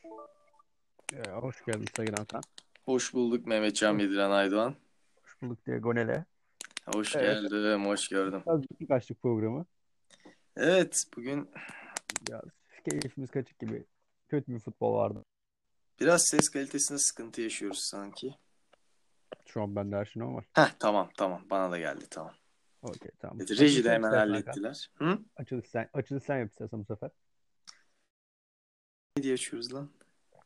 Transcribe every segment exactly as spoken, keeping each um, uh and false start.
Ee, hoş geldin Sayın Hakan. Hoş bulduk Mehmetcan Hoş, Bildiren Aydoğan. hoş bulduk Diagonale. Hoş Evet, geldim, hoş gördüm. biraz düşük açtık programı. Evet, bugün Biraz keyfimiz kaçık gibi. Kötü bir futbol vardı. biraz ses kalitesinde sıkıntı yaşıyoruz sanki. Şu an bende her şey normal. Heh, tamam tamam, bana da geldi, tamam. Okey, tamam. Evet, reji Açılış de yap hemen istersen Hakan. hallettiler. Hı? Açılış sen, açılış sen yap istersen bu sefer. Ne diye açıyoruz lan?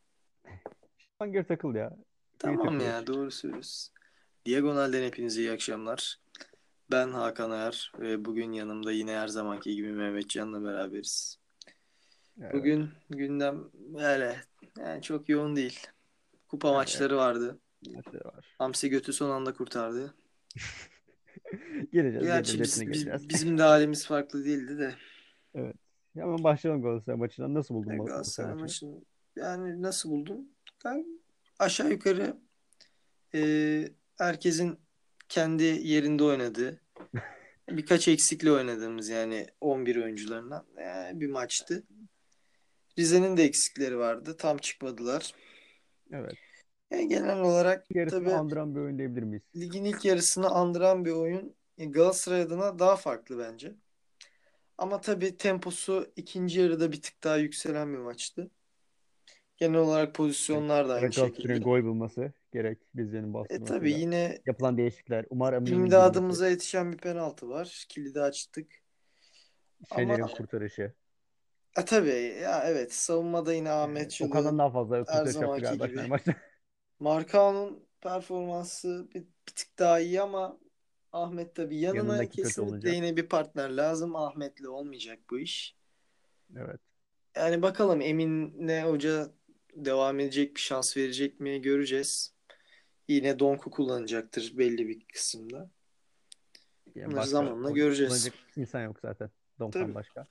Sen geri takıl ya. İyi Tamam takılıyoruz. ya, doğru söylüyorsun. Diagonal'den hepinize iyi akşamlar. Ben Hakan Ayar ve bugün yanımda yine her zamanki gibi Mehmetcan'la beraberiz. Evet. Bugün gündem öyle, yani çok yoğun değil. Kupa Yani evet. maçları vardı. Maçları var. Hamsi götü son anda kurtardı. Geleceğiz, geleceğiz. Gerçi Hepsine biz, biz, geleceğiz. bizim de halimiz farklı değildi de. Evet. Hemen başlayalım Galatasaray maçından. Nasıl buldun Ya Ma- Galatasaray Galatasaray maçını? maçını yani nasıl buldun? Ben aşağı yukarı e, herkesin kendi yerinde oynadığı, birkaç eksikle oynadığımız yani on bir oyuncularından e, bir maçtı. Rize'nin de eksikleri vardı. Tam çıkmadılar. Evet. Yani genel olarak Yarısını tabii andıran bir oyun diyebilir miyiz? ligin ilk yarısını andıran bir oyun e, Galatasaray adına daha farklı bence. Ama tabii temposu ikinci yarıda bir tık daha yükselen bir maçtı. Genel olarak pozisyonlar da aynı Gerek şekilde. Galatasaray'ın gol bulması, gerek Rize'nin E tabii bastırmasıyla yine yapılan değişiklikler. Umar Eminönü'nün girmesi, imdadımıza yetişen bir penaltı var. Kilidi açtık. Ama Şener'in kurtarışı. e tabii ya evet, savunmada yine Yani Ahmet Okan'dan Çalık'ın daha fazla her kurtarış yaptı zamanki galiba gibi. Fenerbahçe. Markao'nun performansı bir, bir tık daha iyi ama Ahmet tabii yanına Yanındaki kötü kesinlikle olunca. yine bir partner lazım. Ahmet'le olmayacak bu iş. Evet. Yani bakalım Emin'le hoca devam edecek, bir şans verecek mi göreceğiz. Yine Donk'u kullanacaktır belli bir kısımda. Yani Bunları başka zamanla oyun göreceğiz. kullanacak insan yok zaten. Donk'tan Tabii. başka.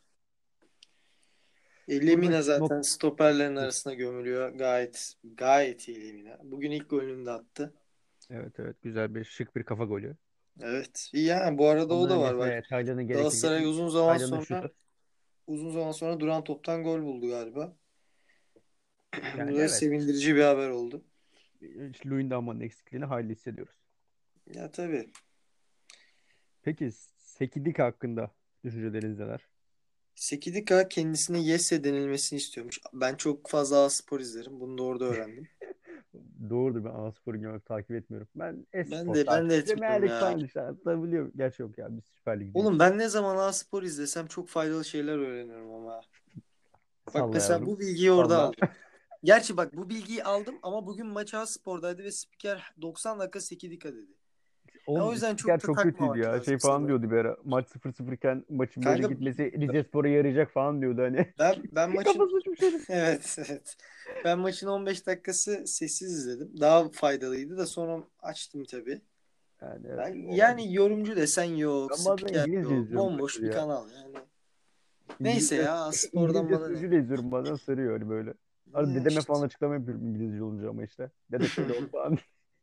E, Burada Lemina not zaten stoperlerin arasına gömülüyor. Gayet gayet iyi Lemina. Bugün ilk golünü de attı. evet, evet, güzel bir şık bir kafa golü. Evet. İyi yani, bu arada o Ondan da var bak. öncesinde Taylan'ın Galatasaray gerekirken uzun zaman Taylan'ın sonra şutu. uzun zaman sonra duran toptan gol buldu galiba. Bu Yani da evet. sevindirici bir haber oldu. İşte Luyendama'nın eksikliğini hayli hissediyoruz. Ya tabii. Peki Sekidika hakkında düşünceleriniz neler? Sekidika kendisine Yese denilmesini istiyormuş. Ben çok fazla spor izlerim. Bunu da orada öğrendim. Doğrudur, ben A-Spor'u genel olarak takip etmiyorum. Ben Ben e-spor de ben de takip Premier etmiyorum Lig ya. falan işte atabiliyorum. Gerçi yok ya, biz Süper Lig'deyiz. Oğlum ben ne zaman A-Spor izlesem çok faydalı şeyler öğreniyorum ama. Bak Salla mesela yavrum. bu bilgiyi orada Salla. aldım. Gerçi bak, bu bilgiyi aldım ama bugün maç A-Spor'daydı ve spiker doksan dakika Sekidika dedi. Ya o Oğlum yüzden spiker çok da çok kötüydü takmamak ya. Şey lazım falan sanırım. diyordu bir ara. Maç sıfır sıfır iken maçın böyle Kanka gitmesi Rizespor'a yarayacak falan diyordu hani. ben ben maçın Kafası uçmuş herif. evet evet. Ben maçın on beş dakikası sessiz izledim. Daha faydalıydı da sonra açtım tabii. Yani evet, Ben, olabilir. yani yorumcu desen yok, Ben bazen spiker İngilizce yok. izliyorum Bomboş maçları bir ya. kanal yani. Neyse İngilizce, ya, spordan İngilizce bana ne? sözcüğüyle izliyorum, bazen sarıyor hani böyle. Arada Ya dedeme falan işte. açıklama yapıyorum İngilizce olunca ama işte. Dede şöyle oldu falan.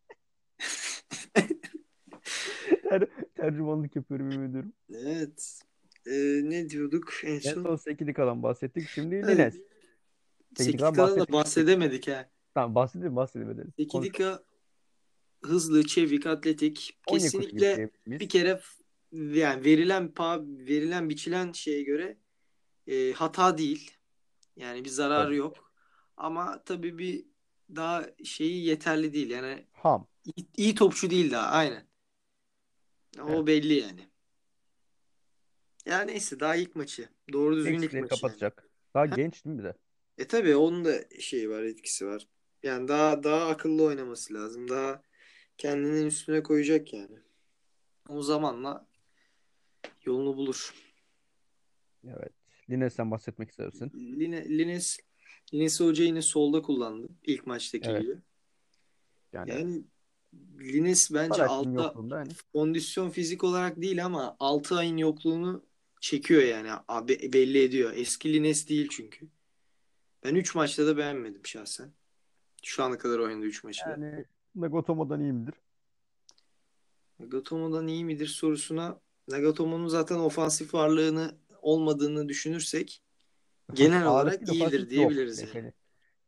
Ter, tercümanlık yapıyorum, yemin ediyorum. Evet. Ee, ne diyorduk en En son? son Sekidika'dan bahsettik. Şimdi Evet. Lines. Sekidika'dan Sekidika'dan da bahsettik. Sek bahsedemedik ha. tamam, bahsedelim bahsedelim edelim. Konuşalım. Sekidika hızlı, çevik, atletik. Onyekuru gibi Kesinlikle bir diyebiliriz. kere f- yani verilen pa verilen biçilen şeye göre e, hata değil. Yani bir zararı Tabii. yok. Ama tabii bir daha şeyi yeterli değil. Yani Ham. iyi, iyi topçu değil daha, aynen. Evet. O belli yani. Ya neyse, daha ilk maçı. Doğru düzgün ilk Eksikleri maçı yani. kapatacak. Daha genç değil mi bir de? E tabii onun da şeyi var, etkisi var. Yani daha daha akıllı oynaması lazım. Daha kendinin üstüne koyacak yani. O zamanla yolunu bulur. Evet. Lines'ten bahsetmek istersin. Line, Lines Lines Hoca yine solda kullandı ilk maçtaki Evet. gibi. Yani evet. Yani Lines bence Paraş'ın altta yokluğunda hani. kondisyon fizik olarak değil ama altı ayın yokluğunu çekiyor yani. Abi, belli ediyor. Eski Lines değil çünkü. Ben üç maçta da beğenmedim şahsen. Şu ana kadar oynadı üç maçı da. Yani Nagatomo'dan iyi midir? Nagatomo'dan iyi midir sorusuna, Nagatomo'nun zaten ofansif varlığını olmadığını düşünürsek Ofansif genel ağırlık olarak değil, iyidir ofansif yok. diyebiliriz Direkt yani. hani.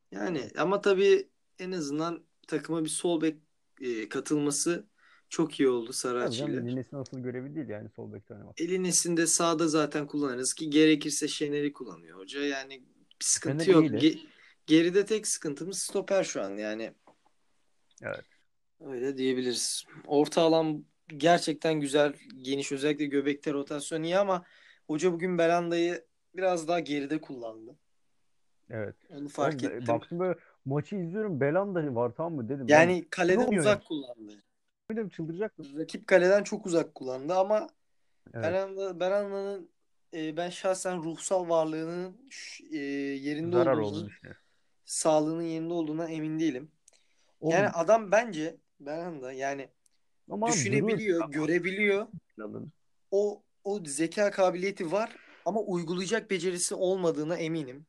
Yani ama tabii en azından takıma bir sol bek e, katılması çok iyi oldu Tabii Saracchi canım, ile. Lines'in asıl görevi değil yani sol bekte oynamak. Elines'in de sağda zaten kullanırız ki gerekirse Şener'i kullanıyor hoca. Yani bir Fener sıkıntı yok. iyiydi. Ge- geride tek sıkıntımız stoper şu an yani. Evet. Öyle diyebiliriz. Orta alan gerçekten güzel, geniş. Özellikle göbekte rotasyon iyi ama hoca bugün Belanda'yı biraz daha geride kullandı. Evet. Onu fark Oğlum be- ettim. baktım böyle, maçı izliyorum, Belanda var tamam mı dedim. Lan Yani ne kaleden oynuyor ya? uzak kullandı. Dedim, çıldıracaktım. Rakip kaleden çok uzak kullandı ama Evet. Belanda, Belanda'nın e, ben şahsen ruhsal varlığının ş- e, yerinde Zarar olduğunu olduğunu, düşünüyorum. sağlığının yerinde olduğuna emin değilim. Yani Oğlum adam bence Belanda yani ama duruyor düşünebiliyor, görebiliyor. Belanda'nın. O o zeka kabiliyeti var ama uygulayacak becerisi olmadığına eminim.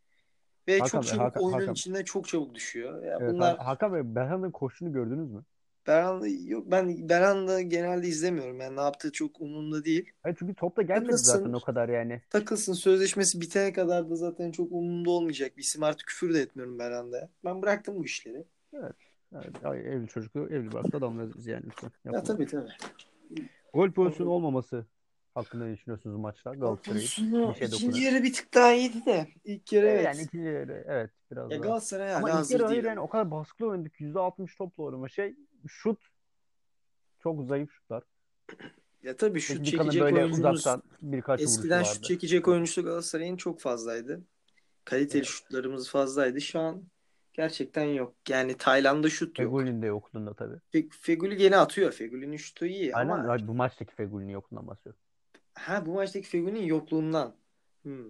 Ve çok Hakan Bey, çabuk Hakan, oyunun Hakan. içinde çok çabuk düşüyor. Ya Evet Hakan, bunlar Hakan Bey, Belanda'nın koşunu gördünüz mü? Belhanda yok ben Belhanda genelde izlemiyorum. Yani ne yaptığı çok umurumda değil. Hayır, çünkü top da gelmedi zaten Takılsın, o kadar yani. takılsın sözleşmesi bitene kadar da zaten çok umurumda olmayacak bir isim. Artık küfür de etmiyorum Belhanda'ya. Ben bıraktım bu işleri. Evet. Evet. Ay, evli çocuklu, evli barklı adamlarız biz yani, lütfen Ya yapmayalım. tabii tabii. Gol pozisyonu olmaması hakkında ne düşünüyorsunuz maçta Gol Galatasaray'ın? pozisyonu Dişe ikinci dokunan. yarı bir tık daha iyiydi de. İlk yarı E, yani evet. ikinci yarı evet Ya biraz daha. Galatasaray Ama hala ilk yarı hazır hayır değil yani, ama. o kadar baskılı oynadık. yüzde altmış topla oynama şey. Şut çok zayıf şutlar. Ya tabii şut Ekdika'nın çekecek böyle oyuncumuz uzaktan birkaç vuruşu eskiden şut vardı. çekecek oyuncusu Galatasaray'ın çok fazlaydı. Kaliteli Evet. şutlarımız fazlaydı. Şu an gerçekten yok. Yani Tayland'da şut yok. Fegoli'nin de yokluğunda tabii. Fe- Feguli gene atıyor. Feguli'nin şutu iyi Aynen, ama ay, bu maçtaki Fegoli'nin yokluğundan bahsediyorum. ha bu maçtaki Feguli'nin yokluğundan. Hmm.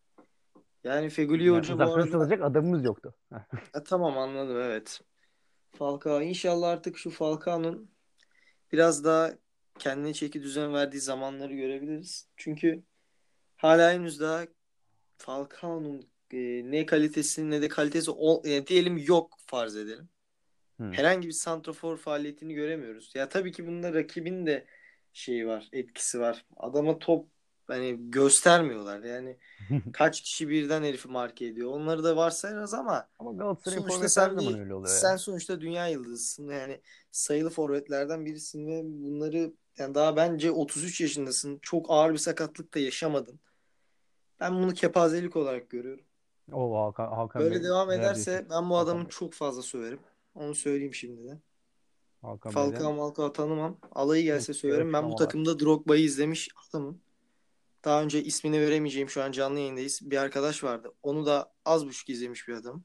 Yani Feguli Yani Hoca bu uzaktan şut arada atacak adamımız yoktu. ha, tamam anladım evet. Falcao inşallah artık şu Falcao'nun biraz daha kendine çeki düzen verdiği zamanları görebiliriz. Çünkü hala henüz daha Falcao'nun e, ne kalitesi ne de kalitesi ol, e, diyelim yok farz edelim. Hı. Herhangi bir santrafor faaliyetini göremiyoruz. Ya tabii ki bunda rakibin de şeyi var, etkisi var. Adama top hani göstermiyorlar. Yani kaç kişi birden herifi marke ediyor. Onları da varsayarız ama Ama Galatasaray'ın sonuçta forveti her sen zaman bir öyle oluyor sen ya. sonuçta dünya yıldızısın. Yani sayılı forvetlerden birisin ve bunları yani daha bence otuz üç yaşındasın. Çok ağır bir sakatlık da yaşamadın. Ben bunu kepazelik olarak görüyorum. O Hakan, Hakan Böyle Bey devam neler diyorsun? ederse ben bu Hakan adamı Bey. çok fazla söverim. Onu söyleyeyim şimdiden. Hakan Falcao Bey'den Malcao tanımam. Alayı gelse ciddi söverim. Ben bu açıklamalar. takımda Drogba'yı izlemiş adamım. Daha önce ismini veremeyeceğim şu an canlı yayındayız. Bir arkadaş vardı. Onu da az buçuk izlemiş bir adam.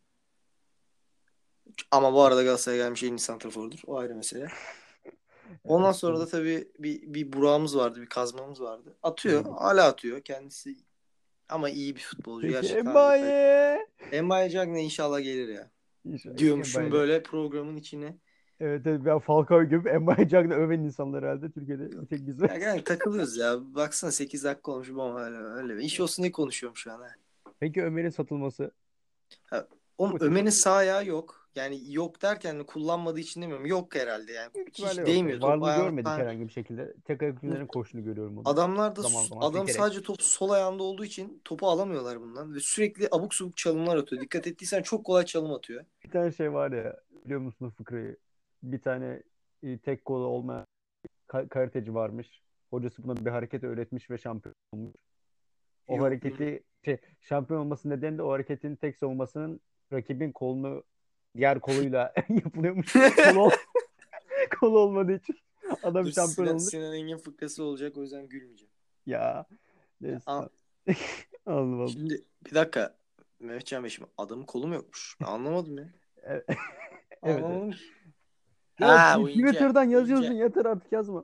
Ama bu arada Galatasaray'a gelmiş en iyi santrafordur. O ayrı mesele. Ondan Evet. sonra da tabii bir, bir Burak'ımız vardı. Bir kazmamız vardı. Atıyor. Hı. Hala atıyor. Kendisi ama iyi bir futbolcu. Peki Gerçekten harbi kaliteli. Embaye. Mbaye Cagney inşallah gelir ya. İnşallah Diyormuşum Embaye'yle. böyle programın içine. Evet, evet, ben Falcao gibi Embaye Cagney öven insanlar herhalde Türkiye'de bir tek biz Ya varız. yani takılıyoruz ya. Baksana sekiz dakika olmuş ama öyle öyle. İş olsun diye konuşuyorum şu an ha. Peki Ömer'in satılması Ha, oğlum bu Ömer'in satılır. sağ ayağı yok. Yani yok derken kullanmadığı için demiyorum. Yok herhalde yani. Büyük ihtimalle Hiç yok. değmiyor Yani top varlığını ayağına. görmedik herhangi bir şekilde. Tek ayak üzerine koşunu görüyorum onu. Adamlar da Zaman zaman adam sekerek. sadece top sol ayağında olduğu için topu alamıyorlar bundan. Ve sürekli abuk subuk çalımlar atıyor. Dikkat ettiysen çok kolay çalım atıyor. Bir tane şey var ya, biliyor musunuz fıkrayı? Bir tane e, tek kolu olmayan ka- karateci varmış. Hocası buna bir hareket öğretmiş ve şampiyon olmuş. O Yok bilmiyorum. hareketi şey, şampiyon olması nedeni de o hareketin tek savunmasının rakibin kolunu diğer koluyla yapılıyormuş. Kolu, ol- kolu olmadığı için adam Dur şampiyon Sinan, olmuş. Sinan Engin fıkrası olacak o yüzden gülmeyeceğim. Ya Ya, neyse. a- Aldım aldım. şimdi bir dakika. Mehmetcan Bey şimdi adamın kolu mu yokmuş? Ben anlamadım ya. Evet, evet. Evet. Anlamadım ki. Ya Ha t- o ince. Twitter'dan O yazıyorsun, ince. yeter artık yazma.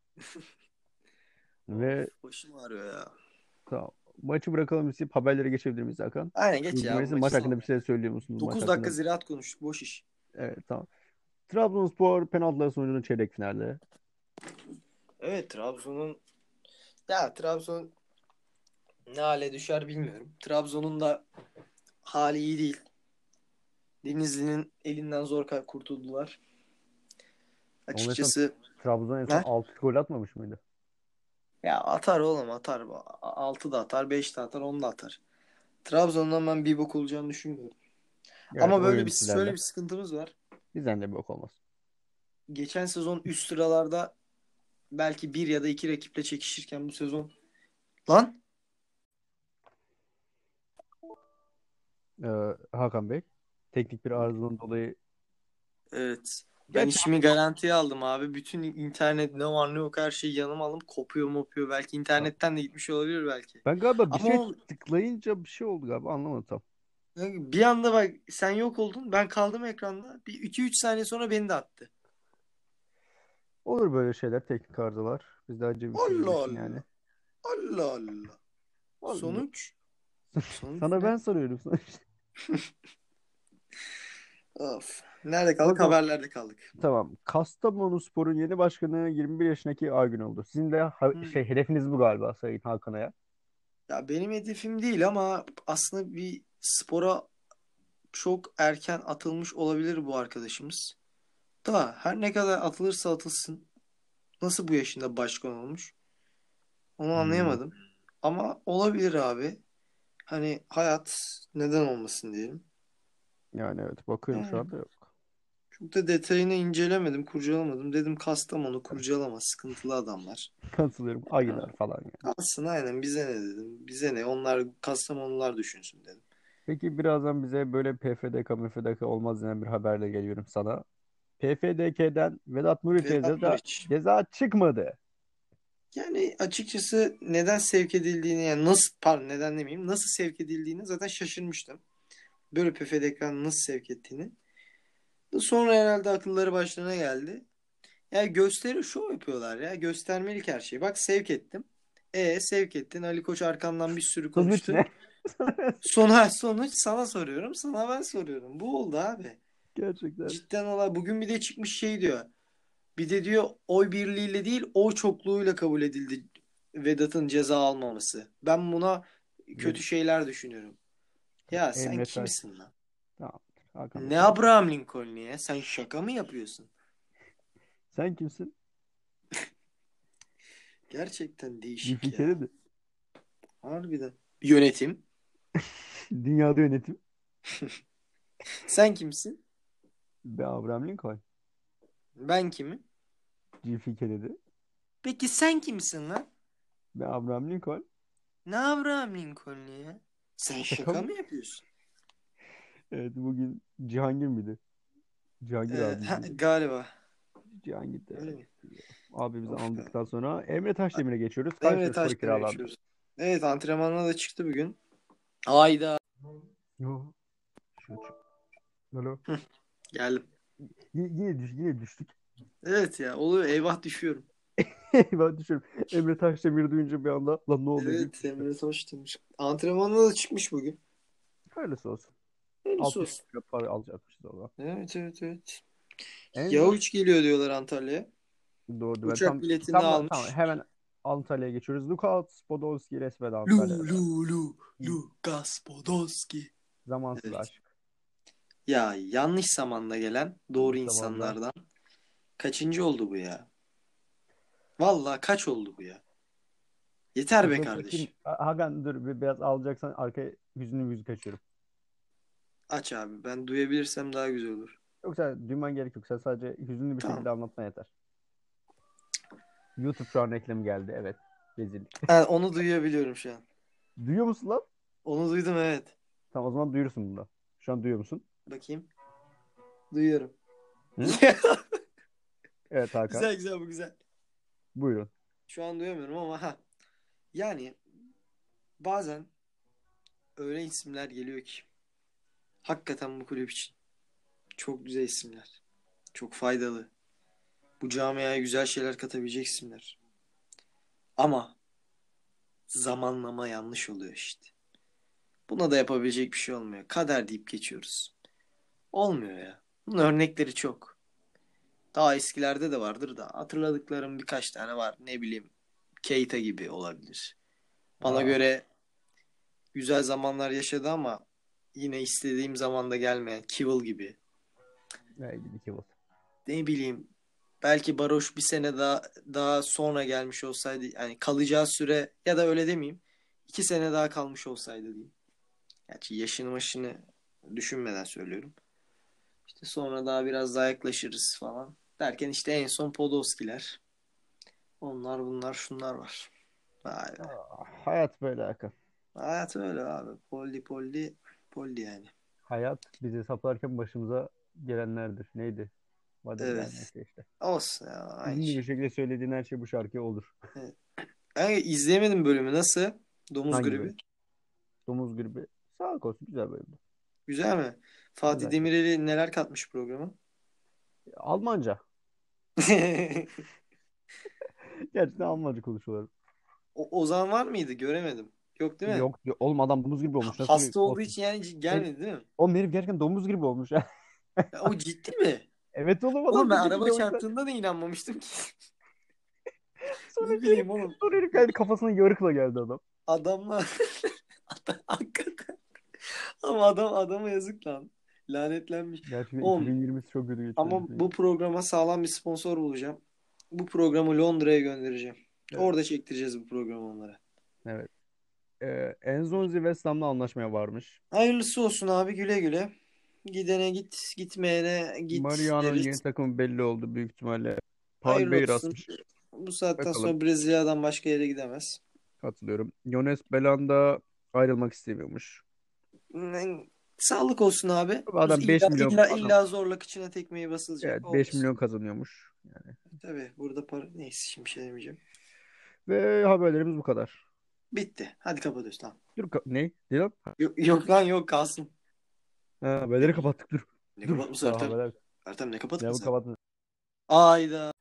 Ve Of başım ağrıyor ya. tamam. Maçı bırakalım, biz haberlere geçebilir miyiz Hakan? Aynen geç ya bu Cumartesi maçı maç sal hakkında bir ya. şey söylüyor musunuz maç dokuz hakkında? dakika ziraat konuştuk boş iş. Evet tamam. Trabzonspor penaltılar sonucunda çeyrek finalde. Evet Trabzon'un ya Trabzon ne hale düşer bilmiyorum. Trabzon'un da hali iyi değil. Denizli'nin elinden zor kurtuldular. Onun en son Açıkçası Trabzon en son ne? altı gol atmamış mıydı? Ya atar oğlum atar. altı da atar, beş de atar, on da atar. Trabzon'dan ben bir bok olacağını düşünmüyorum. Evet, Ama o böyle bir şöyle yöneticilerle. bir sıkıntımız var. Bizden de bir bok olmaz. Geçen sezon üst sıralarda belki bir ya da iki rakiple çekişirken bu sezon lan Ee, Hakan Bey. Teknik bir arızadan dolayı. evet. Ben Gerçi işimi garantiye aldım abi. Bütün internet ne var ne yok her şeyi yanıma aldım. Kopuyor mopuyor. Belki internetten de gitmiş olabilir belki. ben galiba bir Ama şey o tıklayınca bir şey oldu galiba, anlamadım tam. bir anda bak sen yok oldun. Ben kaldım ekranda. Bir iki üç saniye sonra beni de attı. Olur böyle şeyler, teknik arızalar. Biz de acemisiyiz Allah düşün Allah. yani. Allah Allah. Vallahi. Sonuç? Sonuç Sana ne? ben soruyorum sonuçta. Of. Nerede O kaldık? zaman Haberlerde kaldık. tamam. Kastamonuspor'un yeni başkanı yirmi bir yaşındaki Aygün oldu. Sizin de ha- Hmm. şey hedefiniz bu galiba Sayın Hakan Aya. Ya benim hedefim değil ama aslında bir spora çok erken atılmış olabilir bu arkadaşımız. Da her ne kadar atılırsa atılsın nasıl bu yaşında başkan olmuş onu Hmm. anlayamadım. Ama olabilir abi. Hani hayat neden olmasın diyelim. Yani evet, bakıyorum şu Yani anda yok. çok da detayını incelemedim, kurcalamadım. Dedim Kastamonu kurcalama sıkıntılı adamlar. Katılıyorum. Ha, Ayılar falan yani. alsın aynen bize ne dedim. Bize ne onlar Kastamonular düşünsün dedim. Peki birazdan bize böyle P F D K, M F D K olmaz denen bir haberle geliyorum sana. P F D K'den Vedat Muriç'e Vedat ceza, Muriç. ceza çıkmadı. Yani açıkçası neden sevk edildiğini yani nasıl pardon neden demeyeyim nasıl sevk edildiğini zaten şaşırmıştım. Böyle P F D K'nın nasıl sevk ettiğini. Sonra herhalde akılları başlarına geldi. Ya gösteri şov yapıyorlar ya. Göstermelik her şey. Bak sevk ettim. E sevk ettin. Ali Koç arkamdan bir sürü Sonuç konuştu. ne? Sonra sonuç sana soruyorum. Sana ben soruyorum. Bu oldu abi. Gerçekten. Cidden olay. Bugün bir de çıkmış şey diyor. Bir de diyor oy birliğiyle değil oy çokluğuyla kabul edildi Vedat'ın ceza almaması. Ben buna Ve kötü şeyler düşünüyorum. Ya sen Emre Taş. kimsin lan? Tamam. Hakan Bey Ne sakin. Abraham Lincoln ya? Sen şaka mı yapıyorsun? Sen kimsin? Gerçekten değişik Cifi ya. Kennedy. Harbiden. Yönetim. Dünyada yönetim. Sen kimsin? Be Abraham Lincoln. Ben kimim? Cifi Kennedy. Peki sen kimsin lan? Be Abraham Lincoln. Ne Abraham Lincoln ya? Sen Şaka şaka mı? mı yapıyorsun? Evet, bugün Cihangir miydi? Cihangir Ee, abi ha, miydi? galiba. Cihangir de Öyle mi? abimizi Of be. andıktan sonra Emre Taşdemir'e geçiyoruz. Emre Kayserispor'a Taşdemir'e kiralandı. geçiyoruz. Evet antrenmanına da çıktı bugün. Ayda. Yo, şu çık. Alo. Geldim. Yine, yine, düş, yine düştük. Evet ya oluyor eyvah düşüyorum. Ben düşüyorum. Emre Taşdemir duyunca bir anda lan ne oluyor deyip Evet düştüm. Emre Taşdemir. Antrenmanına da çıkmış bugün. Hayırlısı olsun. Öylesi altı olsun. milyon para alacakmışız orada. Evet evet evet. En son Yavuç geliyor diyorlar Antalya'ya. doğru. Ben Uçak tam biletini tam tamam, almış. hemen Antalya'ya geçiyoruz. Lukas Podolski resmen Lu Antalya'da. Lu Lu Lukas Podolski. Zamansız Evet. aşk. Ya yanlış zamanda gelen doğru Yanlış zamanda. insanlardan. Kaçıncı oldu bu ya? Vallahi kaç oldu bu ya? Yeter be Dur bakayım. kardeşim. Ha- Hakan dur, bir biraz alacaksan arkaya yüzünü müzik açıyorum. Aç abi. Ben duyabilirsem daha güzel olur. Yoksa duyman gerek yok. Sen sadece hüzünlü bir Tamam. şekilde anlatman yeter. YouTube şu an reklamı geldi. Evet. Rezillik. Ha, onu duyabiliyorum şu an. Duyuyor musun lan? Onu duydum evet. Tamam, o zaman duyursun bunu da. Şu an duyuyor musun? Bakayım. Duyuyorum. Hı? Evet Hakan. Güzel güzel bu güzel. Buyurun. Şu an duyamıyorum ama ha. Yani bazen öyle isimler geliyor ki hakikaten bu kulüp için çok güzel isimler. Çok faydalı. Bu camiaya güzel şeyler katabilecek isimler. Ama zamanlama yanlış oluyor işte. Buna da yapabilecek bir şey olmuyor. Kader deyip geçiyoruz. Olmuyor ya. Bunun örnekleri çok. Daha eskilerde de vardır da hatırladıklarım birkaç tane var. Ne bileyim Keita gibi olabilir. Bana Aa, göre güzel zamanlar yaşadı ama yine istediğim zamanda gelmeyen Kivil gibi. ne gibi ki bu? Ne bileyim belki Baroş bir sene daha daha sonra gelmiş olsaydı yani kalacağı süre ya da öyle demeyeyim iki sene daha kalmış olsaydı diyeyim. Gerçi yaşını maşını düşünmeden söylüyorum. İşte sonra daha biraz daha yaklaşırız falan. Derken işte en son Podolskiler. Onlar bunlar şunlar var. Vay be. Ah, hayat böyle Hakan. Hayat öyle abi. Poldi poldi poldi yani. Hayat bizi saplarken başımıza gelenlerdir. Neydi? Vadeli yani Evet. neyse işte. Olsun ya. Aynı Hüzünlü bir şey. şekilde söylediğin her şey bu şarkıya olur. Evet. Yani izleyemedim bölümü. Nasıl? Domuz Hangi bölüm? gribi. Domuz gribi. Sağlık olsun. Güzel bölümdü. Güzel mi? Fatih Güzel çok. Demirel'i neler katmış programa? Almanca. Gerçekten Almanca konuşuyorlar. O Ozan var mıydı? Göremedim. Yok değil mi? Yok olmadan domuz gibi Ha- olmuş. Nasıl Hasta olduğu olsun? için yani Her, gelmedi değil mi? oğlum herif gerçekten domuz gibi olmuş ya. Ya, o ciddi mi? Evet oğlum adam Oğlum ben kötü araba gidiyor o yüzden. çarptığında da inanmamıştım ki. Sonra Ne herif, bileyim oğlum. sonra herif geldi kafasına yarıkla geldi adam. Adamla Adam- hakikaten. Ama adam adama yazık lan. Lanetlenmiş. Gerçekten Oğlum iki bin yirmisi çok kötü geçti ama herifin ya. bu programa sağlam bir sponsor bulacağım. Bu programı Londra'ya göndereceğim. Evet. Orada çektireceğiz bu programı onlara. Evet. Ee, Enzonzi West Ham'la anlaşmaya varmış. Hayırlısı olsun abi, güle güle. Gidene git, gitmeyene git Mariano'nun yeni deriz. takımı belli oldu büyük ihtimalle. Paul Hayırlı olsun. Beyraz'mış. Bu saatten Bakalım. sonra Brezilya'dan başka yere gidemez. Katılıyorum. Yones Belanda ayrılmak istemiyormuş. Hmm, Sağlık olsun abi. Adam İlla beş milyon illa adam illa zorla kıçına tekmeyi evet basılacak. beş Olsun. milyon kazanıyormuş. Yani. Tabii burada para neyse şimdi bir şey demeyeceğim. Ve haberlerimiz bu kadar. Bitti. Hadi kapatıyoruz tamam. Dur ka- ne? Dilan? Yok, yok lan yok kalsın. Ha, Ne, haberleri kapattık dur. ne Dur. kapatması Daha Ertem? haberler. Ertem ne Ne bu kapatması? kapattın? Ayda.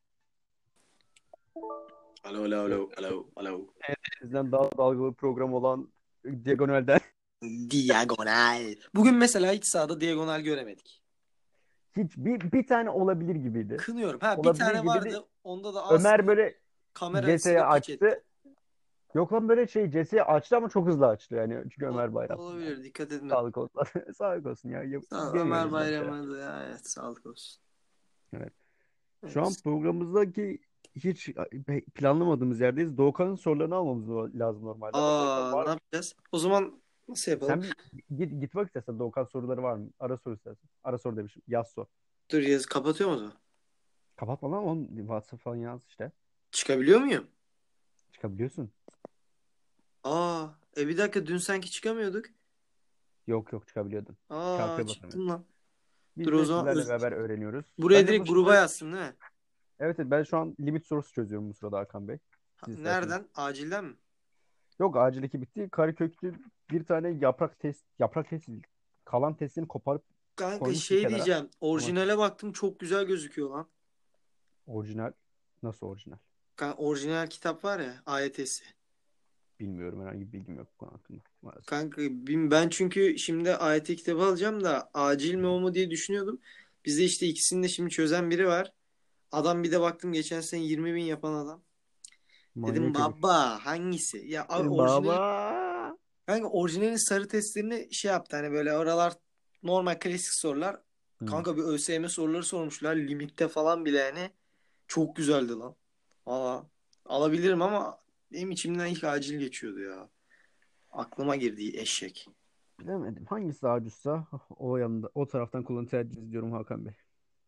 Alo alo alo Evet. alo alo. Bizden daha dalgalı program olan Diagonal'den Diagonal. Bugün mesela hiç sahada diagonal göremedik. hiç bir, bir tane olabilir gibiydi. Kınıyorum. Ha bir Olabilir tane gibiydi. vardı. Onda da Ömer aslında böyle kamera C S'ye açısıyla piç etti. açtı. Yok lan böyle şey C S'ye açtı ama çok hızlı açtı yani. Çünkü O- Ömer Bayram. Yani. olabilir. Dikkat etmedim. Sağlık olsun. Sağlık olsun ya. Yap- Sağ ol, Ömer Deniyoruz bazı şeyler. Bayram'a da ya, evet sağlık olsun. Evet. Şu an Evet. programımızdaki hiç planlamadığımız yerdeyiz. Doğukan'ın sorularını almamız lazım normalde ama Doğukan Aa, var ne mı? yapacağız? O zaman nasıl yapalım? Sen bir git, git bak istersen Doğukan soruları var mı? Ara soru istersen. Ara soru demişim. Yaz sor. Dur yaz kapatıyor mu o zaman? Kapatma lan onu WhatsApp falan yaz işte. Çıkabiliyor muyum? Çıkabiliyorsun. Aa, e bir dakika dün sanki çıkamıyorduk. Yok yok çıkabiliyordun. Aa, Şarkıya çıktım basamıyordun. lan. Dur Biz o de zaman sizlerle öz- beraber öğreniyoruz. buraya Ben de bu direkt gruba soruları yazsın değil mi? evet, evet ben şu an limit sorusu çözüyorum bu sırada Hakan Bey. Ha, Siz isterseniz. nereden? Acilden mi? Yok acil iki bitti. Kareköklü bir tane yaprak test yaprak test değil. Kalan testini koparıp Kanka koymuştum şey kenara. diyeceğim. Ama Orijinale baktım çok güzel gözüküyor lan. orijinal nasıl orijinal? Kanka, orijinal kitap var ya A Y T'si. Bilmiyorum herhangi bir bilgim yok bu konu hakkında maalesef. Kanka bin- ben çünkü şimdi A Y T kitabı alacağım da acil mi o mu diye düşünüyordum. Bizde işte ikisini de şimdi çözen biri var. Adam bir de baktım geçen sene yirmi bin yapan adam. Dedim Manyak herif. baba hangisi? Ya abi Benim orijinal baba. kanka orijinalin sarı testlerini şey yaptı hani böyle oralar normal klasik sorular. Hmm. Kanka bir ÖSYM soruları sormuşlar limitte falan bile yani. Çok güzeldi lan. Valla alabilirim ama benim içimden ilk acil geçiyordu ya. Aklıma girdi eşek. Bilemedim. Hangisi daha ucuzsa o yanında o taraftan kullanı tercih ediyorum Hakan Bey.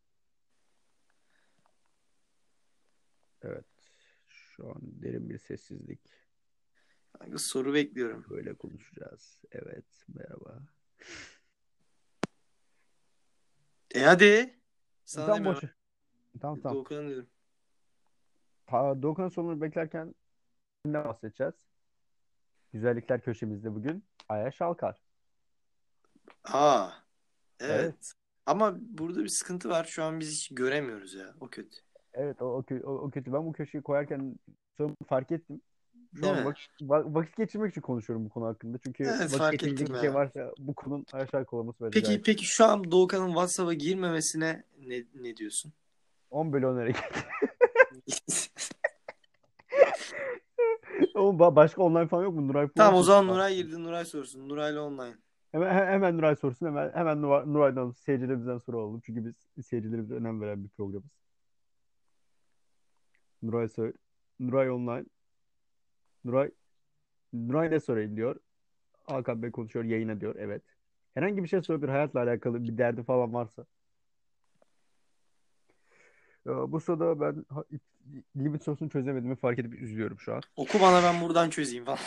Evet. Şu an derin bir sessizlik. Kanka soru bekliyorum. Böyle konuşacağız. Evet. Merhaba. E hadi. Sana Tam demiyorum. boş. Tamam tamam. Doğukan'a dedim. Ta, Doğukan sonunu beklerken ne bahsedeceğiz? Güzellikler köşemizde bugün Aya Şalkar. Aa, Evet. evet. Ama burada bir sıkıntı var. Şu an biz hiç göremiyoruz ya. O kötü. Evet o, o, kö- o, o kötü. Ben bu köşeyi koyarken sonra fark ettim. Şu Değil an mi? vakit, va- vakit geçirmek için konuşuyorum bu konu hakkında. Çünkü Evet, vakit fark geçirecek ettim bir şey ya. varsa bu konunun Aya Şalkar olması bence Peki gayet. peki şu an Doğukan'ın WhatsApp'a girmemesine ne, ne diyorsun? on bölü on hareket. Ama ba- başka online falan yok mu? Nuray falan Tamam o sorsun. zaman Abi. Nuray girdi. Nuray sorsun. Nuray'la online. Hemen, he- hemen Nuray sorsun. Hemen hemen Nuray- Nuray'dan seyircilerimizden soru alalım. Çünkü biz seyircilerimize önem veren bir programız. Nuray sor Nuray online. Nuray Nuray ne sorayım diyor. Hakan Bey konuşuyor. Yayına diyor. Evet. Herhangi bir şey sorabilir, hayatla alakalı bir derdi falan varsa. Ya, bu sırada ben ha- limit sorusunu çözemediğimi fark edip üzülüyorum şu an. Oku bana, ben buradan çözeyim falan.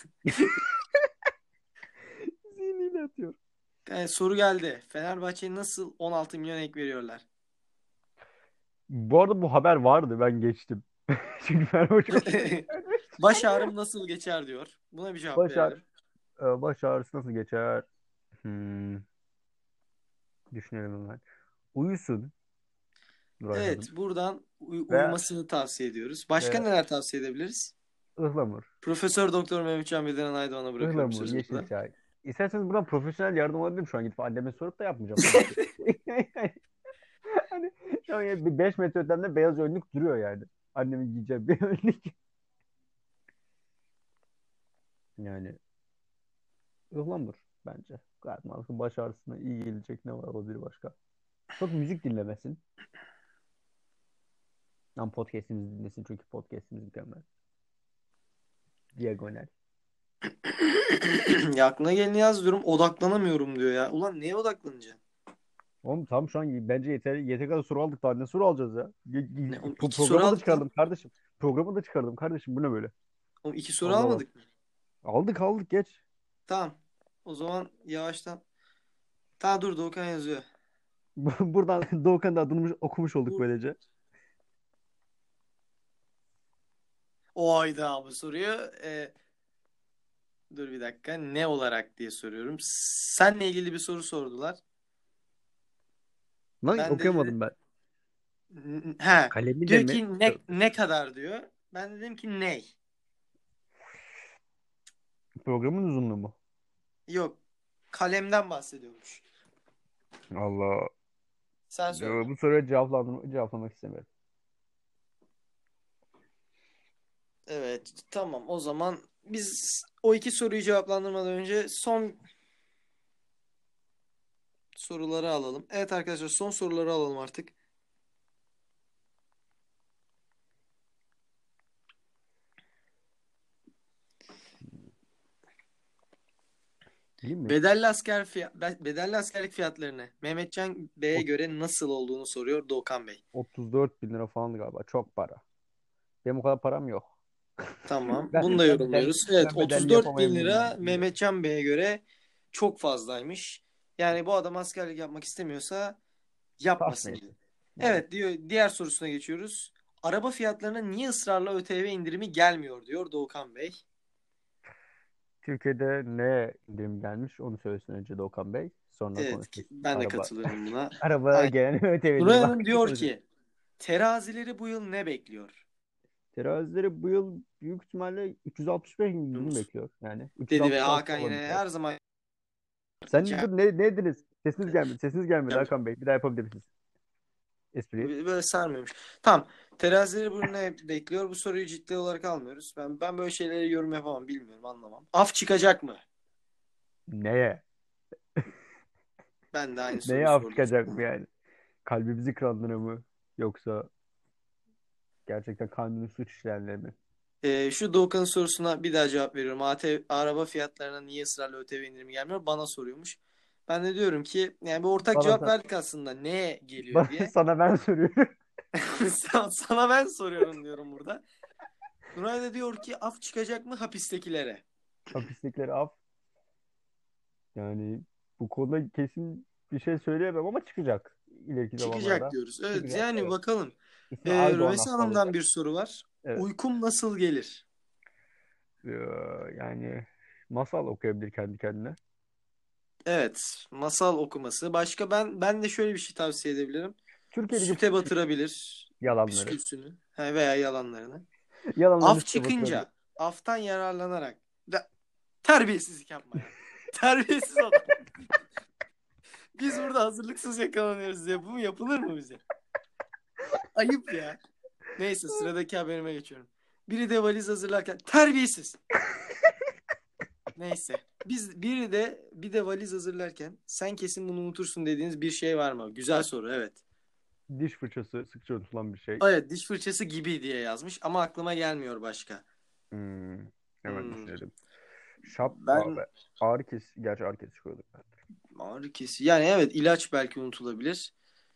Zihniyle atıyor. Yani soru geldi. Fenerbahçe'ye nasıl on altı milyon ek veriyorlar? Bu arada bu haber vardı, ben geçtim. Çünkü Fenerbahçe çok Baş ağrım nasıl geçer diyor. Buna bir cevap baş, ağrı, verelim. e, baş ağrısı nasıl geçer? Hmm, düşünelim hemen. Uyusun Nuray Evet, Hanım. buradan uy- Ve, uyumasını tavsiye ediyoruz. Başka ve neler tavsiye edebiliriz? ıhlamur. Profesör Doktor Mehmetcan Bediren Aydoğan'a bırakıyorum Ihlamur, sözü yeşil burada. çay. İsterseniz buradan profesyonel yardım alabilirim şu an, gidip anneme sorup da yapmayacağım sonuçta. Hani şu an yani bir beş metre ötemde beyaz önlük duruyor yani. Annemin giyeceği bir önlük. Yani ıhlamur bence. Gayet mantıklı. Baş ağrısına iyi gelecek ne var olabilir başka? Çok müzik dinlemesin. Lan podcast'imizi dinlesin, çünkü podcast'imiz mükemmel. Diagonal. Ya aklına geleni yaz diyorum. Odaklanamıyorum diyor ya. Ulan neye odaklanacaksın? Oğlum tam şu an bence yeter, yeter kadar soru aldık, daha ne soru alacağız ya? Ye- Ne, ye- oğlum pro- iki soru Programı da aldık lan. çıkardım kardeşim. Programı da çıkardım kardeşim, bu ne böyle? Oğlum iki soru Allah Allah. almadık mı? Aldık aldık, geç. Tamam. O zaman yavaştan. Ta dur, Doğukan yazıyor. Buradan Doğukan'ın da adını okumuş olduk Bu böylece. o ayda bu soruyu e, dur bir dakika, ne olarak diye soruyorum. Seninle ilgili bir soru sordular. Lan Ben de dedi, okuyamadım ben. ha, Kalemiyle diyor mi? ki ne ne kadar diyor. Ben de dedim ki ney? Programın uzunluğu mu? Yok, kalemden bahsediyormuş. Allah. Sen Yo, söyle. bu soruya cevaplandım, cevaplamak istemiyorum. Evet, tamam, o zaman biz o iki soruyu cevaplandırmadan önce son soruları alalım. Evet arkadaşlar, son soruları alalım artık. Bileyim mi? Bedelli asker fiyat, bedelli askerlik fiyatlarını Mehmetcan Bey'e Ot- göre nasıl olduğunu soruyor Doğukan Bey. otuz dört bin lira falan galiba. Çok para. Benim o kadar param yok. Tamam, bunu Ben, da ben bedelli, yorumluyoruz. Evet, ben bedelli otuz dört bin yapamayabilirim lira gibi geliyor. Mehmetcan Bey'e göre çok fazlaymış. Yani bu adam askerlik yapmak istemiyorsa Tahmin yapmasın diyor. ettim. Yani Evet diyor, diğer sorusuna geçiyoruz. Araba fiyatlarına niye ısrarla ÖTV indirimi gelmiyor diyor Doğukan Bey. Türkiye'de ne indirim gelmiş onu söylesin önce Doğukan Bey. Sonra Evet, konuşuruz. ben de Araba. katılıyorum buna. Araba Aynen. gelen Nuray ÖTV'leri bak. Hanım diyor Konuşuruz. ki terazileri bu yıl ne bekliyor? Terazileri bu yıl büyük ihtimalle üç yüz altmış beş Biliyor bin musun? bekliyor. Yani Dedi ve üç yüz altmış altı Hakan yine olabilir. her zaman Sen dur, ne, ne dediniz? Sesiniz gelmedi. Sesiniz gelmedi Hakan Bey. Bir daha yapabilir misiniz espriyi? böyle sarmıyormuş. Tamam. Terazileri bu ne bekliyor? Bu soruyu ciddi olarak almıyoruz. Ben ben böyle şeylere yorum yapamam, bilmiyorum, anlamam. Af çıkacak mı? Neye? Ben de aynı Neye soruyu af sordum. çıkacak mı yani? Kalbimizi kırandığına mı? Yoksa gerçekten kanuni suç işleyenler mi? Ee, şu Doğukan'ın sorusuna bir daha cevap veriyorum. A T, araba fiyatlarına niye ısrarla ÖTV indirimi gelmiyor? Bana soruyormuş. Ben de diyorum ki yani bir ortak Bana, cevap sen- verdik aslında. Neye geliyor bana- diye. sana ben soruyorum. Sana sana ben soruyorum diyorum burada. Nuray da diyor ki af çıkacak mı hapistekilere? Hapislikleri af. Yani bu konuda kesin bir şey söyleyemem ama çıkacak. İleriki Çıkacak zamanlarda diyoruz. Evet, çıkacak. yani Evet. bakalım. İsmi Ee, Aydoğan Rümeysa Af Hanım'dan olacak. bir soru var. Evet. Uykum nasıl gelir? Ee, yani masal okuyabilir kendi kendine. Evet, masal okuması. Başka ben ben de şöyle bir şey tavsiye edebilirim. Türkiye'deki Süte batırabilir yalanları. püskülsünü, he, veya yalanlarını. Yalanlarını Af üstüne batırabilir. çıkınca aftan yararlanarak da, terbiyesizlik yapma ya. Terbiyesiz adam. Biz burada hazırlıksız yakalanıyoruz diye. Bu mu yapılır mı bize? Ayıp ya. Neyse, sıradaki haberime geçiyorum. Biri de valiz hazırlarken terbiyesiz. Neyse. Biz biri de bir de valiz hazırlarken sen kesin bunu unutursun dediğiniz bir şey var mı? Güzel soru, evet. Diş fırçası sıkça unutulan bir şey. Evet, diş fırçası gibi diye yazmış ama aklıma gelmiyor başka. Hmm, hemen Hmm. düşünelim. Şapka Ben ve ağrı kesici. Gerçi ağrı kesici koyduk ben. Ağrı kesici. Yani evet, ilaç belki unutulabilir.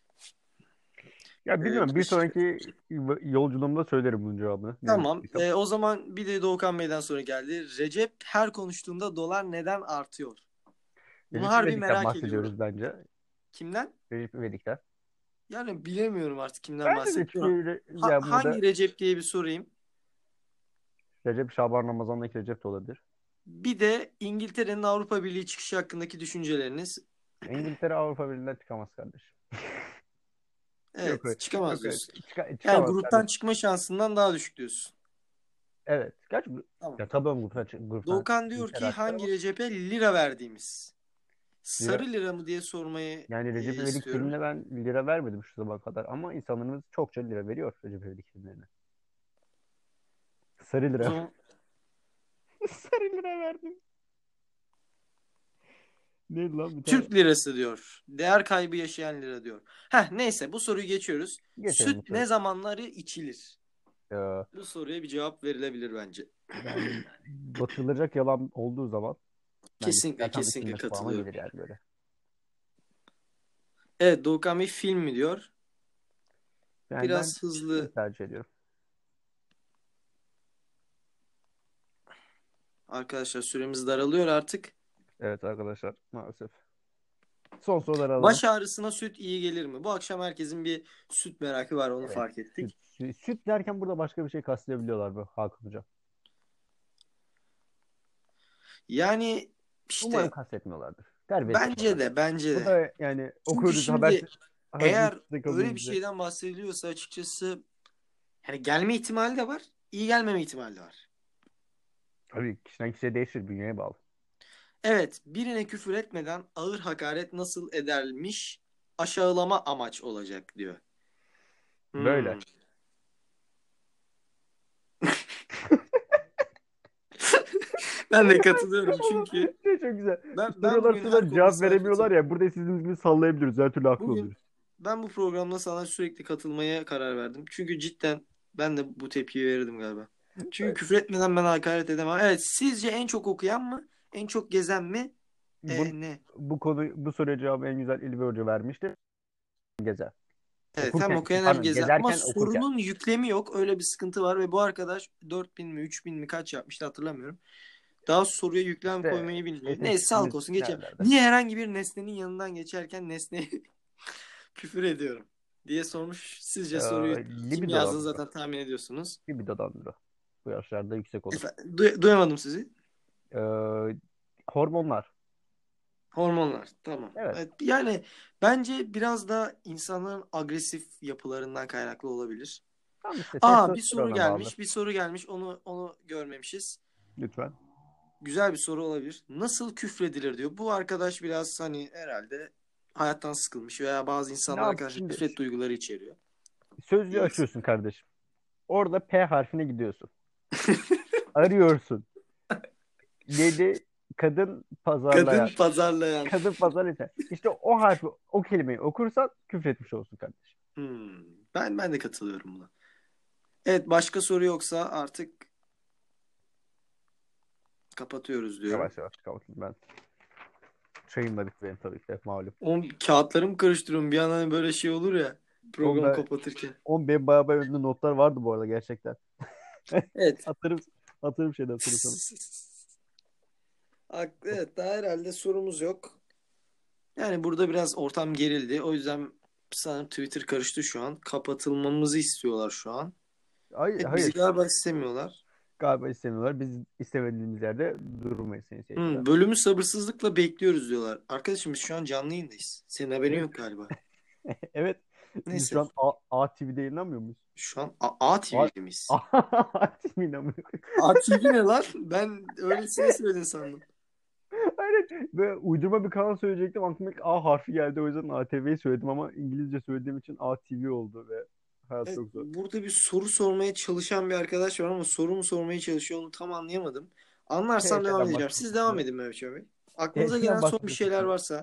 Ya Ee, bilmiyorum. Bir başka. sonraki yolculuğumda söylerim bunun cevabını. Ne Tamam. düşündüysem. Ee, o zaman bir de Doğukan Bey'den sonra geldi. Recep her konuştuğunda dolar neden artıyor? Bunu Recep harbi İvedik'ten merak ediyorum. bahsediyoruz bence. Kimden? Recep İvedik'ten. Yani bilemiyorum artık kimden Ben de Recep bahsediyorum. İvedik- Ha- ya burada hangi Recep diye bir sorayım. Recep, Şaban, Ramazan'daki Recep de olabilir. Bir de İngiltere'nin Avrupa Birliği çıkışı hakkındaki düşünceleriniz. İngiltere Avrupa Birliği'nden çıkamaz kardeşim. Yok Evet, öyle. çıkamaz Yok öyle. diyorsun. Çıka- Yani çıkamaz gruptan kardeşim. çıkma şansından daha düşük diyorsun. Evet. Gerçi bu- Tamam. ya tabii oğlum gruptan, çık- gruptan Doğukan diyor İngiltere ki açıklar hangi ama Recep'e lira verdiğimiz. Sarı lira, lira mı diye sormayı yani e, Recep İvedik istiyorum. filmine ben lira vermedim şu zamana kadar ama insanlarımız çokça lira veriyor Recep İvedik filmlerine. Sarı O lira. zaman Sarı lira verdim. Neydi lan bir tane? Türk lirası diyor. Değer kaybı yaşayan lira diyor. Heh, neyse, bu soruyu geçiyoruz. Geçelim bu Süt ne soruyu. zamanları içilir? Ee, Bu soruya bir cevap verilebilir bence. yani batırılacak yalan olduğu zaman bence Kesinlikle zaten kesinlikle biçilmesi falan katılıyorum. gelir yani böyle. Evet, Doğukan Bey film mi diyor? Yani ben Biraz film hızlı tercih ediyorum. arkadaşlar, süremiz daralıyor artık. Evet arkadaşlar maalesef. Son soruları alalım. Baş ağrısına süt iyi gelir mi? Bu akşam herkesin bir süt merakı var, onu Evet. fark ettik. Süt, süt, süt derken burada başka bir şey kastediyorlar bu Hakan Hocam. Yani Umarım işte kastetmiyorlardır. Terbiyesiz bence insanlar. de bence Bu de. da yani Çünkü okuyoruz haber şimdi habersiz eğer öyle bir takıldığımızda. şeyden bahsediliyorsa açıkçası, yani gelme ihtimali de var, iyi gelmeme ihtimali de var. Tabii kişiden kişiye değişir, bünyeye bağlı. Evet, birine küfür etmeden ağır hakaret nasıl edermiş? Aşağılama amaç olacak diyor. Hmm. Böyle. Ben de katılıyorum çünkü Şey çok güzel. ben ben Soruyorlar bugün her soruyorlar konuda cevap sana veremiyorlar katılıyorum. ya. Burada istediğimiz gibi sallayabiliriz. Her türlü haklı Bugün oluyoruz. ben bu programda sana sürekli katılmaya karar verdim. Çünkü cidden ben de bu tepkiyi verirdim galiba. Çünkü küfür etmeden ben hakaret edemem. Evet, sizce en çok okuyan mı? En çok gezen mi? Bu, E, ne? bu konu bu soruya cevabı en güzel İlvi Hoca vermişti. Gezer. Evet, hem Okurken, okuyan hem pardon, gezen. Ama gezerken okurken. sorunun yüklemi yok. Öyle bir sıkıntı var ve bu arkadaş dört bin mi üç bin mi kaç yapmıştı hatırlamıyorum. Daha soruya yüklem İşte koymayı bilmiyor. Neyse, sağlık istatistikimiz olsun, geçelim. nerelerde? Niye herhangi bir nesnenin yanından geçerken nesneye küfür ediyorum diye sormuş. Sizce soruyu Ee, kim yazdığını libidodan biri. zaten tahmin ediyorsunuz. Libidodan biri. Bu yaşlarda yüksek olur. Efendim, duy- duyamadım sizi. Ee, hormonlar. Hormonlar. Tamam. Evet. Evet, yani bence biraz da insanların agresif yapılarından kaynaklı olabilir. Tam işte Aa, bir soru testosterona bağlı. gelmiş. Bir soru gelmiş. Onu onu görmemişiz. Lütfen. Güzel bir soru olabilir. Nasıl küfredilir diyor. Bu arkadaş biraz hani herhalde hayattan sıkılmış veya bazı Ne insanlara yap karşı şimdi? nefret duyguları içeriyor. Sözlüğü İyi. açıyorsun kardeşim. Orada P harfine gidiyorsun. Arıyorsun. Dedi kadın pazarlayan. Kadın pazarlayan. Kadın pazarlayan. İşte o harfi, o kelimeyi okursan küfretmiş olsun kardeşim. Hmm. Ben ben de katılıyorum buna. Evet, başka soru yoksa artık kapatıyoruz diyorum. Yavaş yavaş kapatayım ben. Çayım da bitti benim tabii ki de malum. O kağıtlarımı karıştırıyorum. Bir an hani böyle şey olur ya Oğlum programı ben, kapatırken. oğlum benim bayağı bayağı önümde notlar vardı bu arada gerçekten. Evet. Atarım, atarım şeyden sonra sana. Ak- Evet, daha herhalde sorumuz yok. Yani burada biraz ortam gerildi. O yüzden sanırım Twitter karıştı şu an. Kapatılmamızı istiyorlar şu an. Hayır, Evet, bizi hayır. galiba istemiyorlar. Galiba istemiyorlar. Biz istemediğimiz yerde durmayız sayın seyirciler. Hmm, bölümü sabırsızlıkla bekliyoruz diyorlar. Arkadaşım, biz şu an canlı yayındayız. Senin haberin Evet. yok galiba. Evet. Biz şu Neyse. an A, A T V'de yayınlanmıyor muyuz? Şu an A- A, ATV'de miyiz? A T V inanmıyor. A T V ne lan? Ben öylesine söyledin sandım. Aynen. Ve uydurma bir kanal söyleyecektim. Aklıma ilk A harfi geldi. O yüzden A T V'yi söyledim ama İngilizce söylediğim için A T V oldu ve hayat Evet, çok zor. burada bir soru sormaya çalışan bir arkadaş var ama soru mu sormaya çalışıyor onu tam anlayamadım. Anlarsam devam T F N'den edeceğim. Siz devam bahsediyorsunuz. edin Mehmet Bey. Aklınıza T F N'den gelen son bir şeyler bahsediyorsunuz. varsa.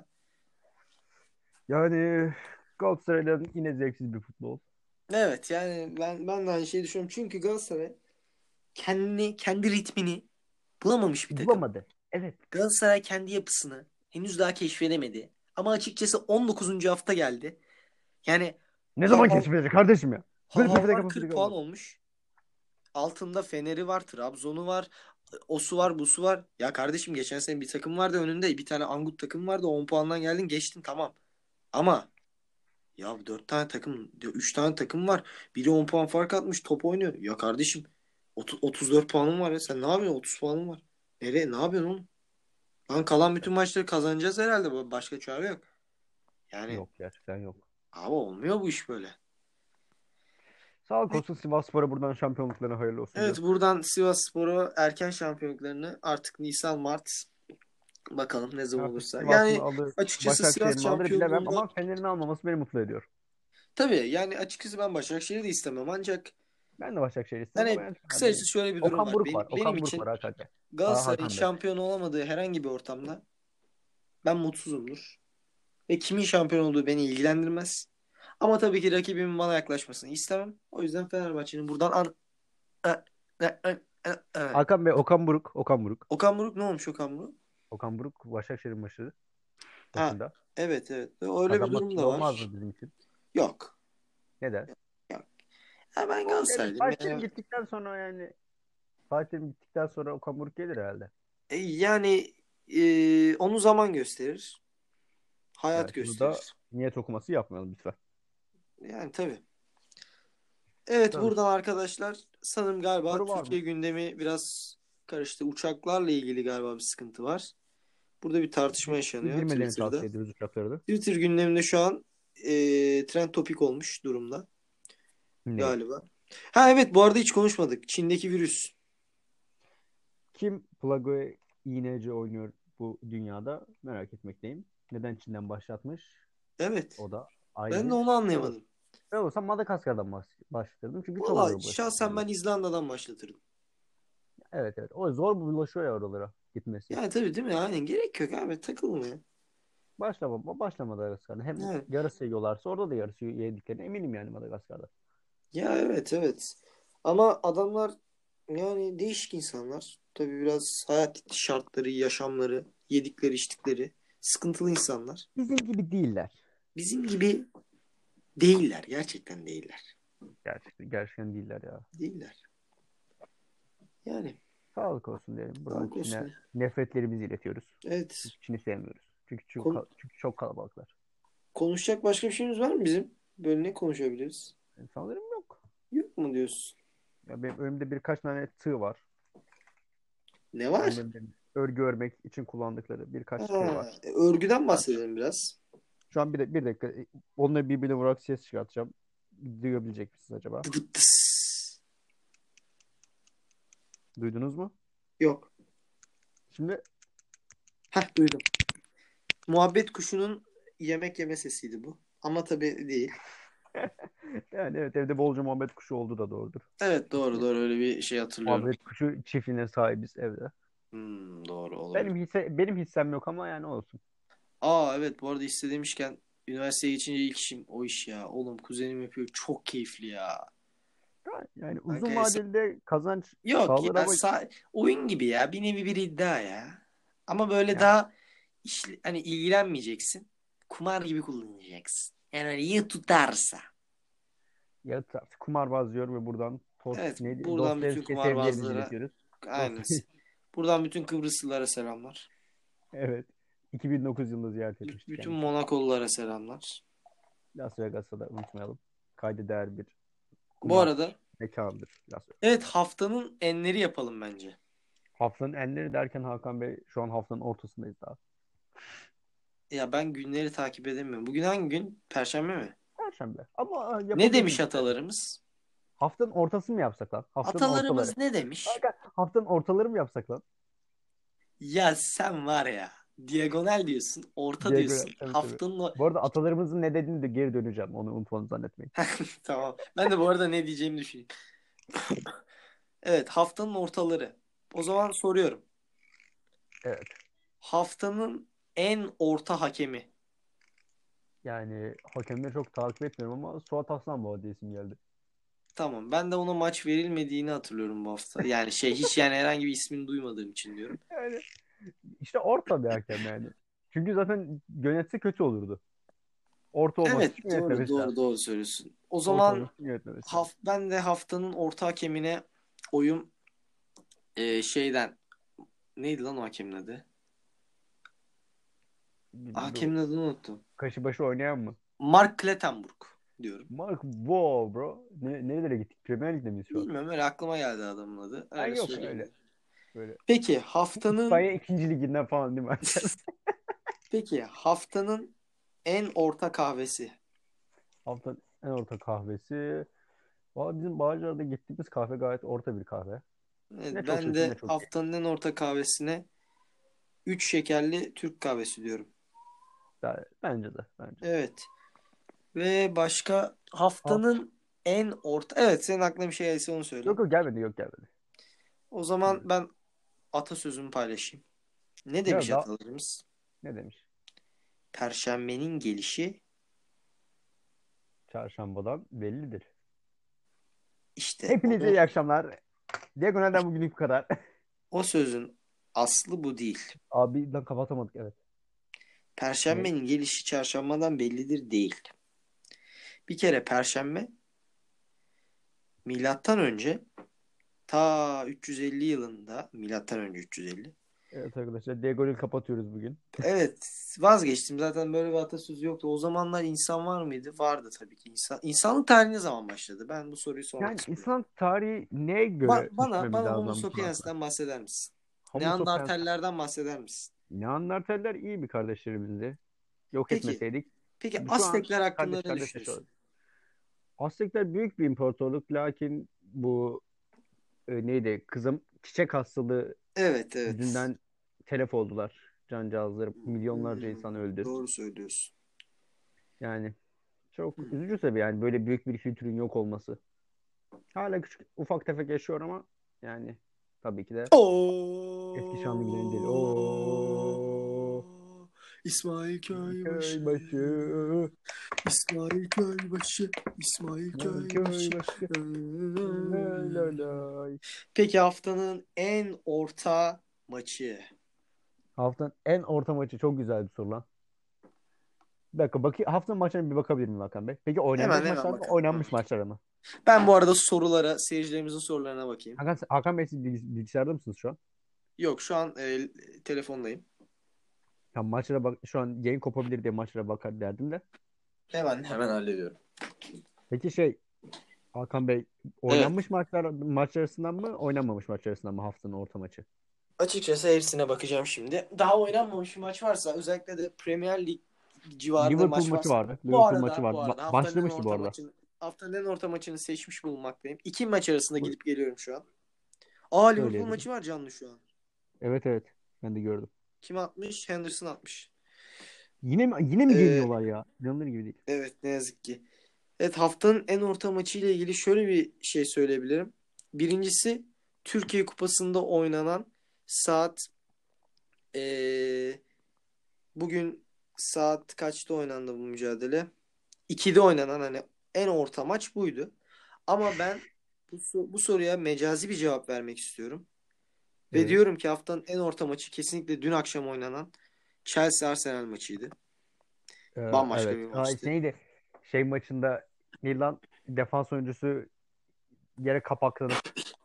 Yani Galatasaray'ın yine zevksiz bir futbol. Evet, yani ben ben de aynı şeyi düşünüyorum. Çünkü Galatasaray kendi kendi ritmini bulamamış bir takım. Bulamadı. Evet. Galatasaray kendi yapısını, Henüz daha keşfedemedi. Ama açıkçası on dokuzuncu hafta geldi. Yani Ne hav zaman hav, keşfedecek kardeşim ya? hav Böyle bir fide havlar kapı fide kırk kapı. puan olmuş. Altında Fener'i var, Trabzon'u var, osu var, busu var. Ya kardeşim geçen sene bir takım vardı önünde. Bir tane Angut takım vardı. on puandan geldin geçtin tamam. Ama ya dört tane takım, üç tane takım var. Biri on puan fark atmış top oynuyor. Ya kardeşim otuz, otuz dört puanın var ya. Sen ne yapıyorsun? otuz puanın var. Nereye? Ne yapıyorsun oğlum? Lan kalan bütün maçları kazanacağız herhalde. Başka çare yok. Yani Yok, gerçekten yok. abi olmuyor bu iş böyle. Sağlık olsun, Sivasspor'a buradan şampiyonluklarına hayırlı olsun Evet diyorum. buradan Sivasspor'a erken şampiyonluklarını artık Nisan Mart bakalım ne zaman Artık olursa. Sivas mı Yani alır, açıkçası Başakşehir Sivas mi alır bilemem şampiyonluğunda ama Fener'in almaması beni mutlu ediyor. tabii yani açıkçası ben Başakşehir'i de istemem ancak Ben de Başakşehir istemem ama hani yani Fener'de kısacası şöyle bir durum Okan var. Buruk Benim, var. benim Okan Buruk var için Hakan Bey. Aa, Galatasaray'ın Hakan Bey. şampiyon olamadığı herhangi bir ortamda ben mutsuzumdur. Ve kimin şampiyon olduğu beni ilgilendirmez. Ama tabii ki rakibimin bana yaklaşmasını istemem. O yüzden Fenerbahçe'nin buradan an... a- a- a- a- a- Hakan Bey, Okan Buruk. Okan Buruk. Okan Buruk ne olmuş Okan Buruk? Okan Buruk Başakşehir'in başı, Ha başında. evet evet. Öyle bir Kazanması durum iyi da olmaz var. mı bizim için? Yok. Neden? Yok. Ha, ben O gelir. Galatasaraylıyım. Fatih Terim Ya. gittikten sonra yani Fatih Terim gittikten sonra Okan Buruk gelir herhalde. E, yani e, onu zaman gösterir. Hayat Yani şunu da gösterir. niyet okuması yapmayalım lütfen. Yani tabii. Evet Tabii. buradan arkadaşlar sanırım galiba Soru var Türkiye mı? gündemi biraz karıştı. Uçaklarla ilgili galiba bir sıkıntı var. Burada bir tartışma yaşanıyor Girmelerini Twitter'da. tavsiye ediyoruz uçakları da. Twitter gündeminde şu an e, trend topik olmuş durumda Ne? galiba. Ha evet bu arada hiç konuşmadık. Çin'deki virüs. Kim Plague iğneci oynuyor bu dünyada? Merak etmekteyim. Neden Çin'den başlatmış? Evet. O da ayrı Ben de bir onu soru. anlayamadım. Ben olsam Madagaskar'dan baş- başlatırdım. Çünkü çok Valla zor şahsen bulaşıyor. ben İzlanda'dan başlatırdım. Evet, evet. O zor bulaşıyor ya oralara gitmesi. Yani tabii değil mi? Aynen gerek yok abi takılmaya. Başlama, başla Madagaskar'da. Hem Evet. yarısı yiyorlarsa orada da yarısı yediklerine eminim yani Madagaskar'da. Ya evet evet. Ama adamlar yani değişik insanlar. Tabii biraz hayat şartları, yaşamları, yedikleri, içtikleri sıkıntılı insanlar. Bizim gibi değiller. Bizim gibi değiller. Gerçekten değiller. Gerçekten, gerçekten değiller ya. Değiller. Yani Sağlık olsun diyelim. Buradan sağlık Çin'e olsun. nefretlerimizi iletiyoruz. Evet. Çünkü Çin'i sevmiyoruz. Çünkü, çünkü, Kon- çünkü çok kalabalıklar. konuşacak başka bir şeyimiz var mı bizim? Böyle ne konuşabiliriz? Yani sanırım yok. Yok mu diyorsun? Ya benim önümde birkaç tane tığ var. Ne var? Annemlerin örgü örmek için kullandıkları birkaç tığ Ha, var. örgüden Ben bahsedelim biraz. şu an bir, bir dakika onları birbirine vurarak ses çıkartacağım. Duyabilecek misiniz acaba? Dıdıtıs. Duydunuz mu? Yok. Şimdi Heh duydum. Muhabbet kuşunun yemek yeme sesiydi bu. Ama tabii değil. yani evet, evde bolca muhabbet kuşu oldu da doğrudur. Evet doğru İki doğru öyle bir şey hatırlıyorum. muhabbet kuşu çiftliğine sahibiz evde. Hmm, doğru olabilir. Benim hisse, benim hissem yok ama yani olsun. Aa evet bu arada istediğimmişken üniversiteye geçince ilk işim o iş ya. Oğlum kuzenim yapıyor çok keyifli ya. Yani, yani Kanka uzun hesap... vadede kazanç Yok sağlar ya ama sa- oyun gibi ya bir nevi bir iddia ya. Ama böyle yani daha iş, hani ilgilenmeyeceksin. Kumar gibi kullanacaksın. Yani öyle iyi tutarsa. ya artık kumarbaz diyor ve buradan Tos, Evet ne, buradan bütün Dostoyevski'ye sevgilerimizi kumarbazlara iletiyoruz. aynen. Dostoyevski, Buradan bütün Kıbrıslılara selamlar. evet. iki bin dokuz yılında ziyaret B- etmiştik bütün kendisini. Monakolulara selamlar. Las Vegas'ta da unutmayalım. Kayda değer bir Bu kumar arada mekanıdır Las Vegas. evet haftanın enleri yapalım bence. Haftanın enleri derken Hakan Bey şu an haftanın ortasındayız daha. Ya ben günleri takip edemiyorum. Bugün hangi gün? Perşembe mi? Perşembe. Ama e, Ne yapabiliriz demiş isterseniz. atalarımız? Haftanın ortası mı yapsak lan? Haftanın ortaları. Atalarımız ne demiş? Hakan, haftanın ortaları mı yapsak lan? Ya sen var ya diagonal diyorsun, orta Diye göre. diyorsun. Tabii, tabii. Haftanın o... Bu arada atalarımızın ne dediğini de geri döneceğim. Onu unutmanızı zannetmeyin. Tamam. Ben de bu arada ne diyeceğimi düşünüyorum. Evet, haftanın ortaları. O zaman soruyorum. Evet. Haftanın en orta hakemi. Yani hakemleri çok takip etmiyorum ama Suat Aslanbaba diye isim geldi. Tamam. Ben de ona maç verilmediğini hatırlıyorum bu hafta. Yani şey hiç yani herhangi bir ismini duymadığım için diyorum. Yani işte orta bir hakem yani. Çünkü zaten yönetse kötü olurdu. Orta olması Evet, için doğru yönetmemesi doğru lazım. doğru söylüyorsun. O Orta zaman olması için yönetmemesi haf lazım. ben de haftanın orta hakemine oyum e, şeyden neydi lan o hakemin adı? Bu Hakemin adını unuttum. kaşı başı oynayan mı? Mark Clattenburg diyorum. Mark, wow bro. Ne, nerelere gittik? Premier Lig'de miyiz şu an? Bilmiyorum, öyle aklıma geldi adamın adı. Ben Öyle yok söyleyeyim öyle. de. Böyle Peki haftanın İspanya ikinci liginden falan değil mi? peki haftanın en orta kahvesi. Haftanın en orta kahvesi. Valla bizim Bağcılar'da gittiğimiz kahve gayet orta bir kahve. Evet, Ne çok ben kötü ne de çok iyi. haftanın en orta kahvesine üç şekerli Türk kahvesi diyorum. Daha- Bence de. Bence de. Evet. Ve başka Haft haftanın en orta... Evet, senin aklına bir şey gelse onu söyle. yok yok gelmedi yok gelmedi. O zaman Gelmedi. ben atasözümü paylaşayım. Ne Biraz demiş daha atalarımız? ne demiş? Perşembenin gelişi Çarşambadan bellidir. işte Hepinize onu, iyi akşamlar. Diagonal'den bugünlük bu kadar. o sözün aslı bu değil. Abi ben kapatamadık evet. Ne? Perşembenin gelişi çarşambadan bellidir değil. Bir kere perşembe milattan önce ta üç yüz elli yılında, milattan önce üç yüz elli. Evet arkadaşlar Diagonal kapatıyoruz bugün. Evet, vazgeçtim. Zaten böyle bir atasözü yoktu. O zamanlar insan var mıydı? Vardı tabii ki. İnsan, insanlık tarihi ne zaman başladı? Ben bu soruyu sormak Yani istiyorum. İslam tarihi neye Ba- göre bana düşünmemiz bana lazım Homo ben bu konu hakkında? sapiens'ten bahseder misin? Homo sapiens. Neandertallerden bahseder misin? Neandertaller iyi bir kardeşlerimizdi. Yok Peki, etmeseydik peki şu an Aztekler hakkında kardeş ne kardeş yaşıyoruz. düşünüyorsun? Aztekler büyük bir imparatorluk lakin bu e, neydi kızım çiçek hastalığı Evet, evet. yüzünden telef oldular. Cancağızları milyonlarca insan Hmm, öldü. doğru söylüyorsun. Yani çok Hmm. üzücü tabii yani böyle büyük bir kültürün yok olması. Hala küçük ufak tefek yaşıyor ama yani tabii ki de eski şanlı giderin değil. Oo, Oo, İsmail Köybaşı, köybaşı, İsmail Köybaşı, İsmail Köybaşı. köybaşı. Lay lay lay. Peki haftanın en orta maçı. Haftanın en orta maçı çok güzel bir soru lan. Bir dakika bakayım. Haftanın maçlarına bir bakabilir miyim Hakan Bey? Peki Hemen oynanacak hemen maçlar mı? bakalım. Oynanmış maçlar mı? Ben bu arada sorulara, seyircilerimizin sorularına bakayım. Hakan, Hakan Bey siz bilgis- bilgisayarda mısınız şu an? Yok, şu an e, telefondayım. Tam maçlara bak şu an yayın kopabilir diye maçlara bakar derdim de. Hemen hemen hallediyorum. Peki şey Hakan Bey Evet. oynanmış maçlar maç arasından mı oynanmamış maç arasından mı haftanın orta maçı? Açıkçası hepsine bakacağım şimdi. Daha oynanmamış bir maç varsa, özellikle de Premier Lig civarında Liverpool maç maçı varsa, vardı. bu Liverpool maçı arada bu vardı. Ba- arada haftanın en başlamıştı bu orta arada. maçını haftanın en orta maçını seçmiş bulunmaktayım. İki maç arasında Bu- gidip geliyorum şu an. Aa, Liverpool Söyleyebilirim. maçı var canlı şu an. Evet evet. Ben de gördüm. Kim atmış? Henderson atmış. Yine mi yine mi Ee, yeniliyorlar ya? İnanılır gibi değil. evet, ne yazık ki. Evet, haftanın en orta maçı ile ilgili şöyle bir şey söyleyebilirim. Birincisi, Türkiye Kupası'nda oynanan saat ee, bugün saat kaçta oynandı bu mücadele? ikide oynanan, hani en orta maç buydu. Ama ben bu, so- bu soruya mecazi bir cevap vermek istiyorum. Ve Evet. diyorum ki haftanın en orta maçı kesinlikle dün akşam oynanan Chelsea Arsenal maçıydı. Ee, Bambaşka evet. bir Aa, maçtı. neydi? Şey maçında Milan defans oyuncusu yere kapaklanıp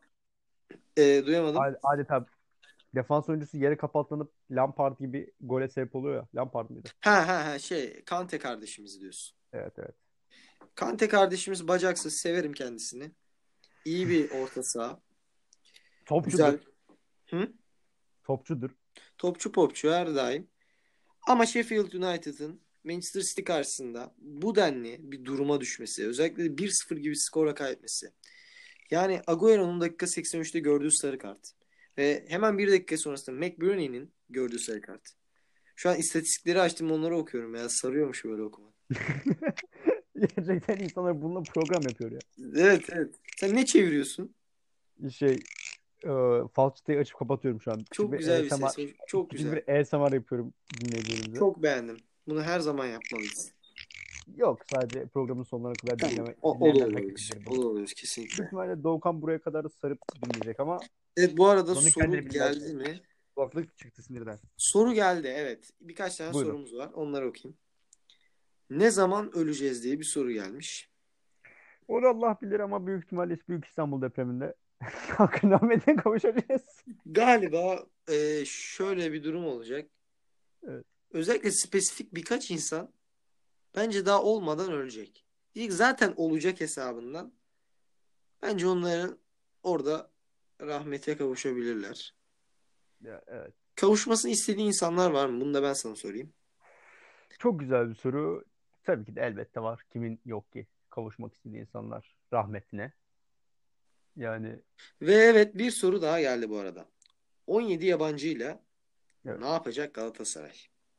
Ee, duyamadım. ad- adeta defans oyuncusu yere kapaklanıp Lampard gibi gole sebep oluyor ya. Lampard mıydı? Ha ha ha, şey, Kante kardeşimiz diyorsun. Evet evet. Kante kardeşimiz bacaksız, severim kendisini. İyi bir orta saha. Topçudur. Güzel. Hı? Topçudur. Topçu popçu her daim. Ama Sheffield United'ın Manchester City karşısında bu denli bir duruma düşmesi, özellikle de bir sıfır gibi skora kaybetmesi. Yani Agüero'nun dakika seksen üçte gördüğü sarı kart ve hemen bir dakika sonrasında McBurney'nin gördüğü sarı kart. Şu an istatistikleri açtım, onları okuyorum ya. Sarıyormuş böyle okumak. Gerçekten insanlar bununla program yapıyor ya. Evet, evet. Sen ne çeviriyorsun? Şey e, falçatayı açıp kapatıyorum şu an. Küçük Çok bir güzel bir A S M R ses. Çok küçük güzel. bir A S M R yapıyorum dinleyicilerimize. Çok beğendim. Bunu her zaman yapmalıyız. Yok sadece programın sonlarına kadar Tamam. dinleme, O, o da dinleyenler hak olabilir. edebilir O bunu. da olabilir Büyük kesinlikle. ihtimalle Doğukan buraya kadar sarıp dinleyecek ama Evet, bu arada onun kendini soru bilmez. geldi mi? Kulaklık çıktı sinirden. Soru geldi, evet. Birkaç tane Buyurun. sorumuz var. Onları okuyayım. Ne zaman öleceğiz diye bir soru gelmiş. Onu Allah bilir ama büyük ihtimalle Büyük İstanbul depreminde hakkın rahmetine kavuşacağız. Galiba e, şöyle bir durum olacak. Evet. Özellikle spesifik birkaç insan bence daha olmadan ölecek. İlk zaten olacak hesabından. Bence onların orada rahmete kavuşabilirler. Ya, evet. Kavuşmasını istediği insanlar var mı? Bunu da ben sana sorayım. Çok güzel bir soru. Tabii ki de elbette var. Kimin yok ki kavuşmak istediği insanlar rahmetine. Yani Ve evet, bir soru daha geldi bu arada. on yedi yabancıyla evet. ne yapacak Galatasaray?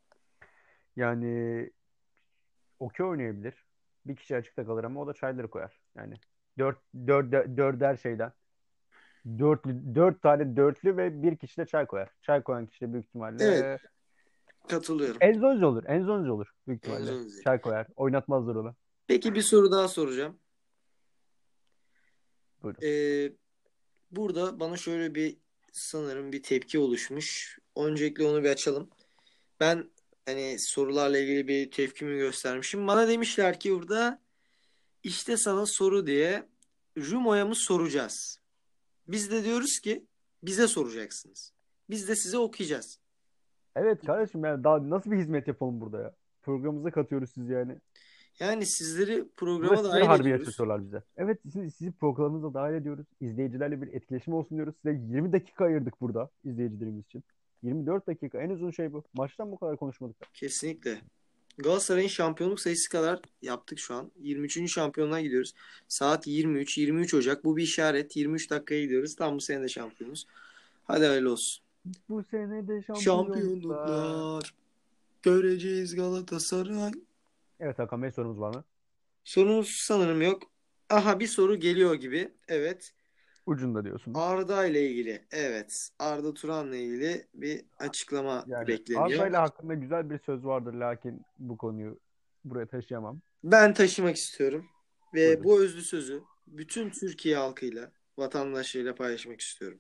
Yani okey oynayabilir. Bir kişi açıkta kalır ama o da çayları koyar. Yani dört, dört, dörder şeyden. Dörtlü, dört tane dörtlü ve bir kişi de çay koyar. Çay koyan kişi de büyük Evet, ihtimalle katılıyorum. Enzonzi olur. Enzonzi olur büyük ihtimalle. Enzonzi. Çay koyar. Oynatmazlar onu. Peki bir soru daha soracağım. Buyurun. Ee, burada bana şöyle bir sanırım bir tepki oluşmuş. Öncelikle onu bir açalım. Ben hani sorularla ilgili bir tepkimi göstermişim. Bana demişler ki burada işte sana soru diye Rumo'ya mı soracağız? Biz de diyoruz ki bize soracaksınız. Biz de size okuyacağız. Evet kardeşim yani daha nasıl bir hizmet yapalım burada ya? Programımıza katıyoruz sizi yani. Yani sizleri Burada programa sizleri dahil harbi ediyoruz. yaşatıyorlar bize. Evet sizi, sizi programımıza dahil ediyoruz. İzleyicilerle bir etkileşim olsun diyoruz. Size yirmi dakika ayırdık burada izleyicilerimiz için. yirmi dört dakika en uzun şey bu. Maçtan bu kadar konuşmadık. Kesinlikle. Galatasaray'ın şampiyonluk sayısı kadar yaptık şu an. yirmi üçüncü şampiyonluğa gidiyoruz. Saat yirmi üç, yirmi üç Ocak. Bu bir işaret. yirmi üç dakikaya gidiyoruz. Tam bu sene de şampiyonuz. Hadi hayırlı olsun. Bu sene de şampiyonluklar. Şampiyonluklar. Göreceğiz Galatasaray. Evet Hakan Bey sorumuz var mı? Sorumuz sanırım yok. Aha, bir soru geliyor gibi. Evet. Ucunda diyorsunuz. Arda ile ilgili. Evet. Arda Turan'la ilgili bir açıklama Yani Arda bekleniyor. ile hakkında güzel bir söz vardır lakin bu konuyu buraya taşıyamam. Ben taşımak istiyorum. Ve Buyurun. bu özlü sözü bütün Türkiye halkıyla, vatandaşlarıyla paylaşmak istiyorum.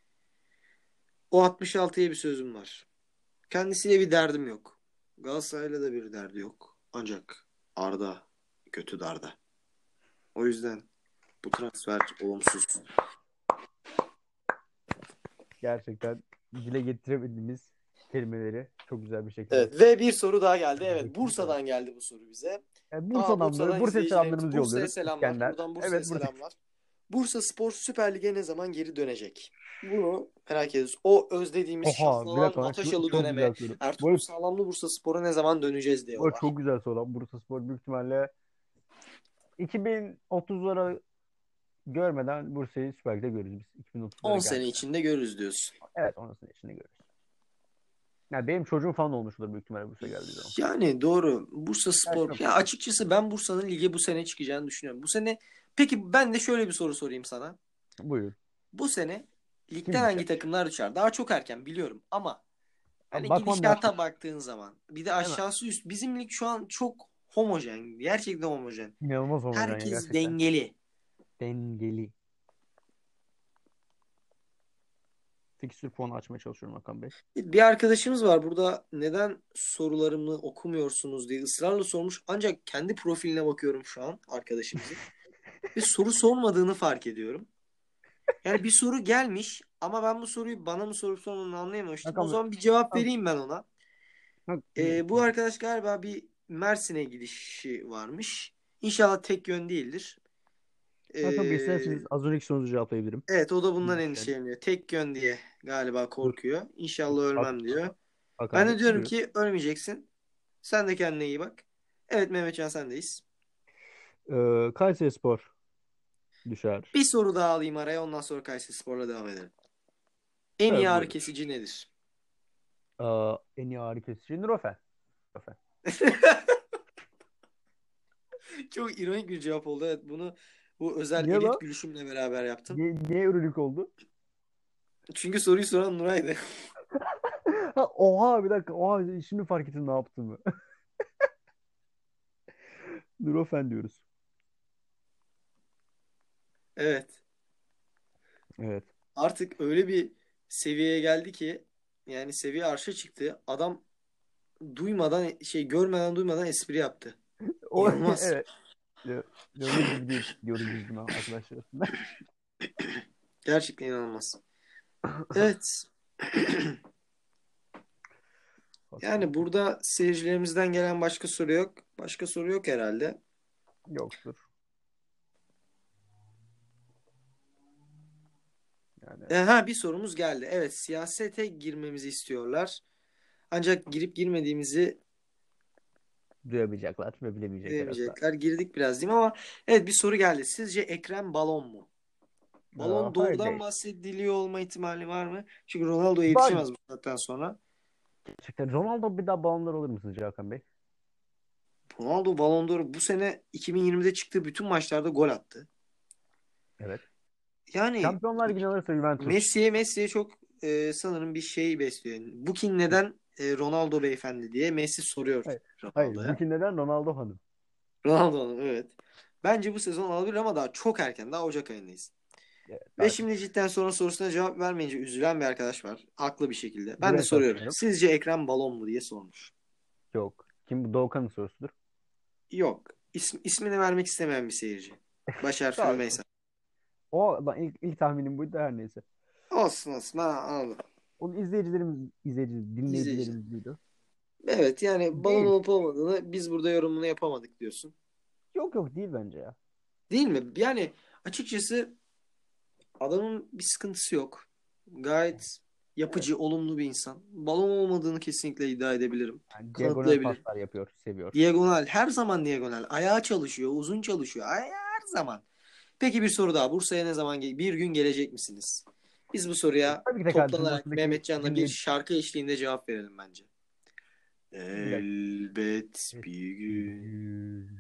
O altmış altıya bir sözüm var. Kendisiyle bir derdim yok. Galatasaray'la da bir derdi yok. Ancak Arda kötü darda. O yüzden bu transfer olumsuz. Gerçekten dile getiremediğimiz kelimeleri çok güzel bir şekilde. Evet, ve bir soru daha geldi. Evet, Bursa'dan geldi bu soru bize. Yani Aa, Bursa'dan da Bursa'dan Bursa izleyicilerimiz. selamlarımızı Bursa'ya yolluyoruz. selamlar. İskender. Buradan Bursa'ya Evet Bursa. selamlar. Bursa Spor Süper Lig'e ne zaman geri dönecek? Bunu merak ediyoruz. O özlediğimiz Oha bir şahlanan dakika lan şu Ataşalı çok döneme güzel soru. Bu Ertuğrul arada, Sağlamlı Bursa Spor'a ne zaman döneceğiz bu arada diyorlar. çok güzel soru lan. Bursaspor büyük ihtimalle iki bin otuzlara görmeden Bursa'yı Süper Lig'de görürüz biz. iki bin otuzlara on sene gelmeden. içinde görürüz diyorsun. Evet ondan içinde görürüz. Yani benim çocuğum falan olmuştur büyük ihtimalle Bursa geldiği zaman. Yani doğru. Bursa Yani Spor. şunu, Ya açıkçası ben Bursa'nın lige bu sene çıkacağını düşünüyorum. Bu sene peki ben de şöyle bir soru sorayım sana. buyur. Bu sene Kim ligden hangi düşer? takımlar düşer? Daha çok erken biliyorum ama Abi hani bakmam gidişata lazım. baktığın zaman bir de Hemen. aşağısı üst. Bizim lig şu an çok homojen. Gerçekten homojen. İnanılmaz homojen ya Herkes gerçekten. dengeli. Dengeli. Fikstür puanı açmaya çalışıyorum Hakan Bey. Bir arkadaşımız var burada, neden sorularımı okumuyorsunuz diye ısrarla sormuş. Ancak kendi profiline bakıyorum şu an arkadaşımızın. Ve soru sormadığını fark ediyorum. Yani bir soru gelmiş ama ben bu soruyu bana mı sorup sormadığını anlayamamıştım. O Hakan Bey. zaman bir cevap Hak, vereyim ben ona. hak, Ee, bu arkadaş galiba bir Mersin'e gidişi varmış. İnşallah tek yön değildir. Hakan Bey Ee, isterseniz az önceki sorunuzu cevaplayabilirim. evet, o da bundan Yani, endişeleniyor. Tek yön diye galiba dur. korkuyor. İnşallah Hak- ölmem diyor. Hakan Ben Bey de diyorum buyurun. ki ölmeyeceksin. Sen de kendine iyi bak. Evet Mehmetcan, sendeyiz. Ee, Kayserispor düşer. Bir soru daha alayım araya, ondan sonra Kayserispor'la devam edelim. En iyi Tabii ağrı buyurun. kesici nedir? Ee, en iyi ağrı kesici Nurofen. Nurofen. Çok ironik bir cevap oldu. Evet, bunu bu özel Niye elit lan? gülüşümle beraber yaptım. Niye, niye ürünlük oldu? Çünkü soruyu soran Nuray'dı. Ha, oha bir dakika. Oha şimdi fark ettim ne yaptığımı. Nurofen diyoruz. Evet. Evet. Artık öyle bir seviyeye geldi ki Yani seviye arşa çıktı. Adam duymadan şey görmeden duymadan espri yaptı. O İnanılmaz. evet. Leonardo gibi diyoruz biz buna arkadaşlar arasında. Gerçekten inanılmaz. Evet. Yani burada seyircilerimizden gelen başka soru yok. Başka soru yok herhalde. Yoktur. Yani E, ha bir sorumuz geldi. Evet, siyasete girmemizi istiyorlar. Ancak girip girmediğimizi duyamayacaklar ve bilemeyecekler asla. bilemeyecekler. Girdik biraz değil mi ama evet bir soru geldi. Sizce Ekrem balon mu? Aa, Balon hayır doğrudan değil. bahsediliyor olma ihtimali var mı? Çünkü Ronaldo'ya Bak yetişemez bu saatten sonra. gerçekten Ronaldo bir daha balonlar olur mu sizce Hakan Bey? Ronaldo Ballon d'Or bu sene iki bin yirmide çıktığı bütün maçlarda gol attı. Evet. Yani Şampiyonlar Ligi'ni alırsa Juventus. Messi'ye Messi'ye çok e, sanırım bir şey besliyor. Yani, bu kim neden e, Ronaldo beyefendi diye Messi soruyor Hayır. Hayır. Bu Ronaldo'ya. ki neden? Ronaldo hanım. Ronaldo'nun evet. Bence bu sezon alabilir ama daha çok erken. Daha Ocak ayındayız. Evet, Ve daha çok. şimdi cidden sonra sorusuna cevap vermeyince üzülen bir arkadaş var. Haklı bir şekilde. Ben de Buraya soruyorum. katılıyorum. Sizce Ekrem balon mu diye sormuş. Yok. Kim bu? Doğukan'ın sorusudur. Yok. İsm, ismini vermek istemeyen bir seyirci. Baş harfi Tamam. Rümeysa. O ben ilk, ilk tahminim buydu her neyse. Olsun olsun. Ha, anladım. Onun izleyicilerimiz, izleyici, İzleyici. dinleyicilerimiz buydu. Evet yani balon Değil. olup olmadığını biz burada yorumunu yapamadık diyorsun. Yok yok değil bence ya. Değil mi? Yani açıkçası adamın bir sıkıntısı yok. Gayet Evet. yapıcı, olumlu bir insan. Balon olmadığını kesinlikle iddia edebilirim. Yani diagonal Kanıtlayabilirim. paslar yapıyor, seviyor. Diagonal. Her zaman diagonal. Ayağı çalışıyor. Uzun çalışıyor. Ay, her zaman. Peki bir soru daha. Bursa'ya ne zaman gel bir gün gelecek misiniz? Biz bu soruya Tabii ki de kardeşim toplanarak Bursa'daki Mehmetcan'la bir dinleyici. şarkı eşliğinde cevap verelim bence. Bir dakika. Elbet bir Bir gün gün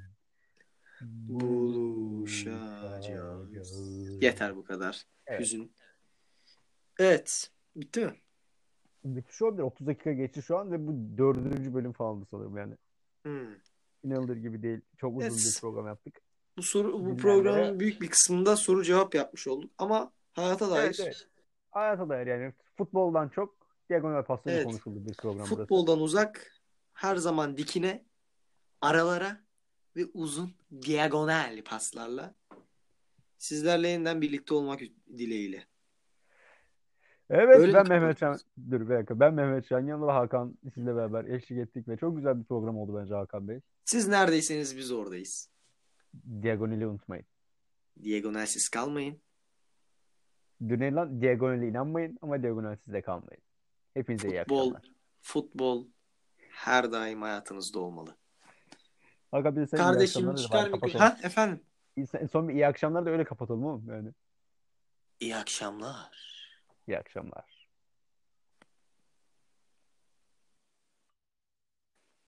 buluşacağız. buluşacağız. Yeter bu kadar. Evet. Hüzün. Evet. Bitti mi? Müthiş olabilir. otuz dakika geçti şu an ve bu dördüncü bölüm falandı sanırım yani. Hmm. İnanılır gibi değil. Çok uzun bir Evet. program yaptık. Bu soru bu Dinleyenlere programın büyük bir kısmında soru cevap yapmış olduk ama hayata evet dair evet. Hayata dair yani futboldan çok diagonal pasların evet konuşulduğu bir program burası. futboldan uzak her zaman dikine aralara ve uzun diagonal paslarla sizlerle yeniden birlikte olmak dileğiyle. Evet Öyle mi ben Mehmet Can. kapatıyoruz? Dur bir dakika. Ben Mehmet Can. Yanında da Hakan sizle beraber eşlik ettik ve çok güzel bir program oldu bence Hakan Bey. Siz neredeyseniz biz oradayız. Diagonali unutmayın. Diagonalsiz kalmayın. Düneylan diagonali inanmayın ama diagonalsiz de kalmayın. Hepinize iyi Futbol, akşamlar. futbol her daim hayatınızda olmalı. Hakan bir de sen iyi Kardeşim akşamlar da bari çıkar mikro... kapatalım. Ha efendim? İyi- Son bir iyi akşamlar da öyle kapatalım oğlum yani. İyi akşamlar. İyi akşamlar.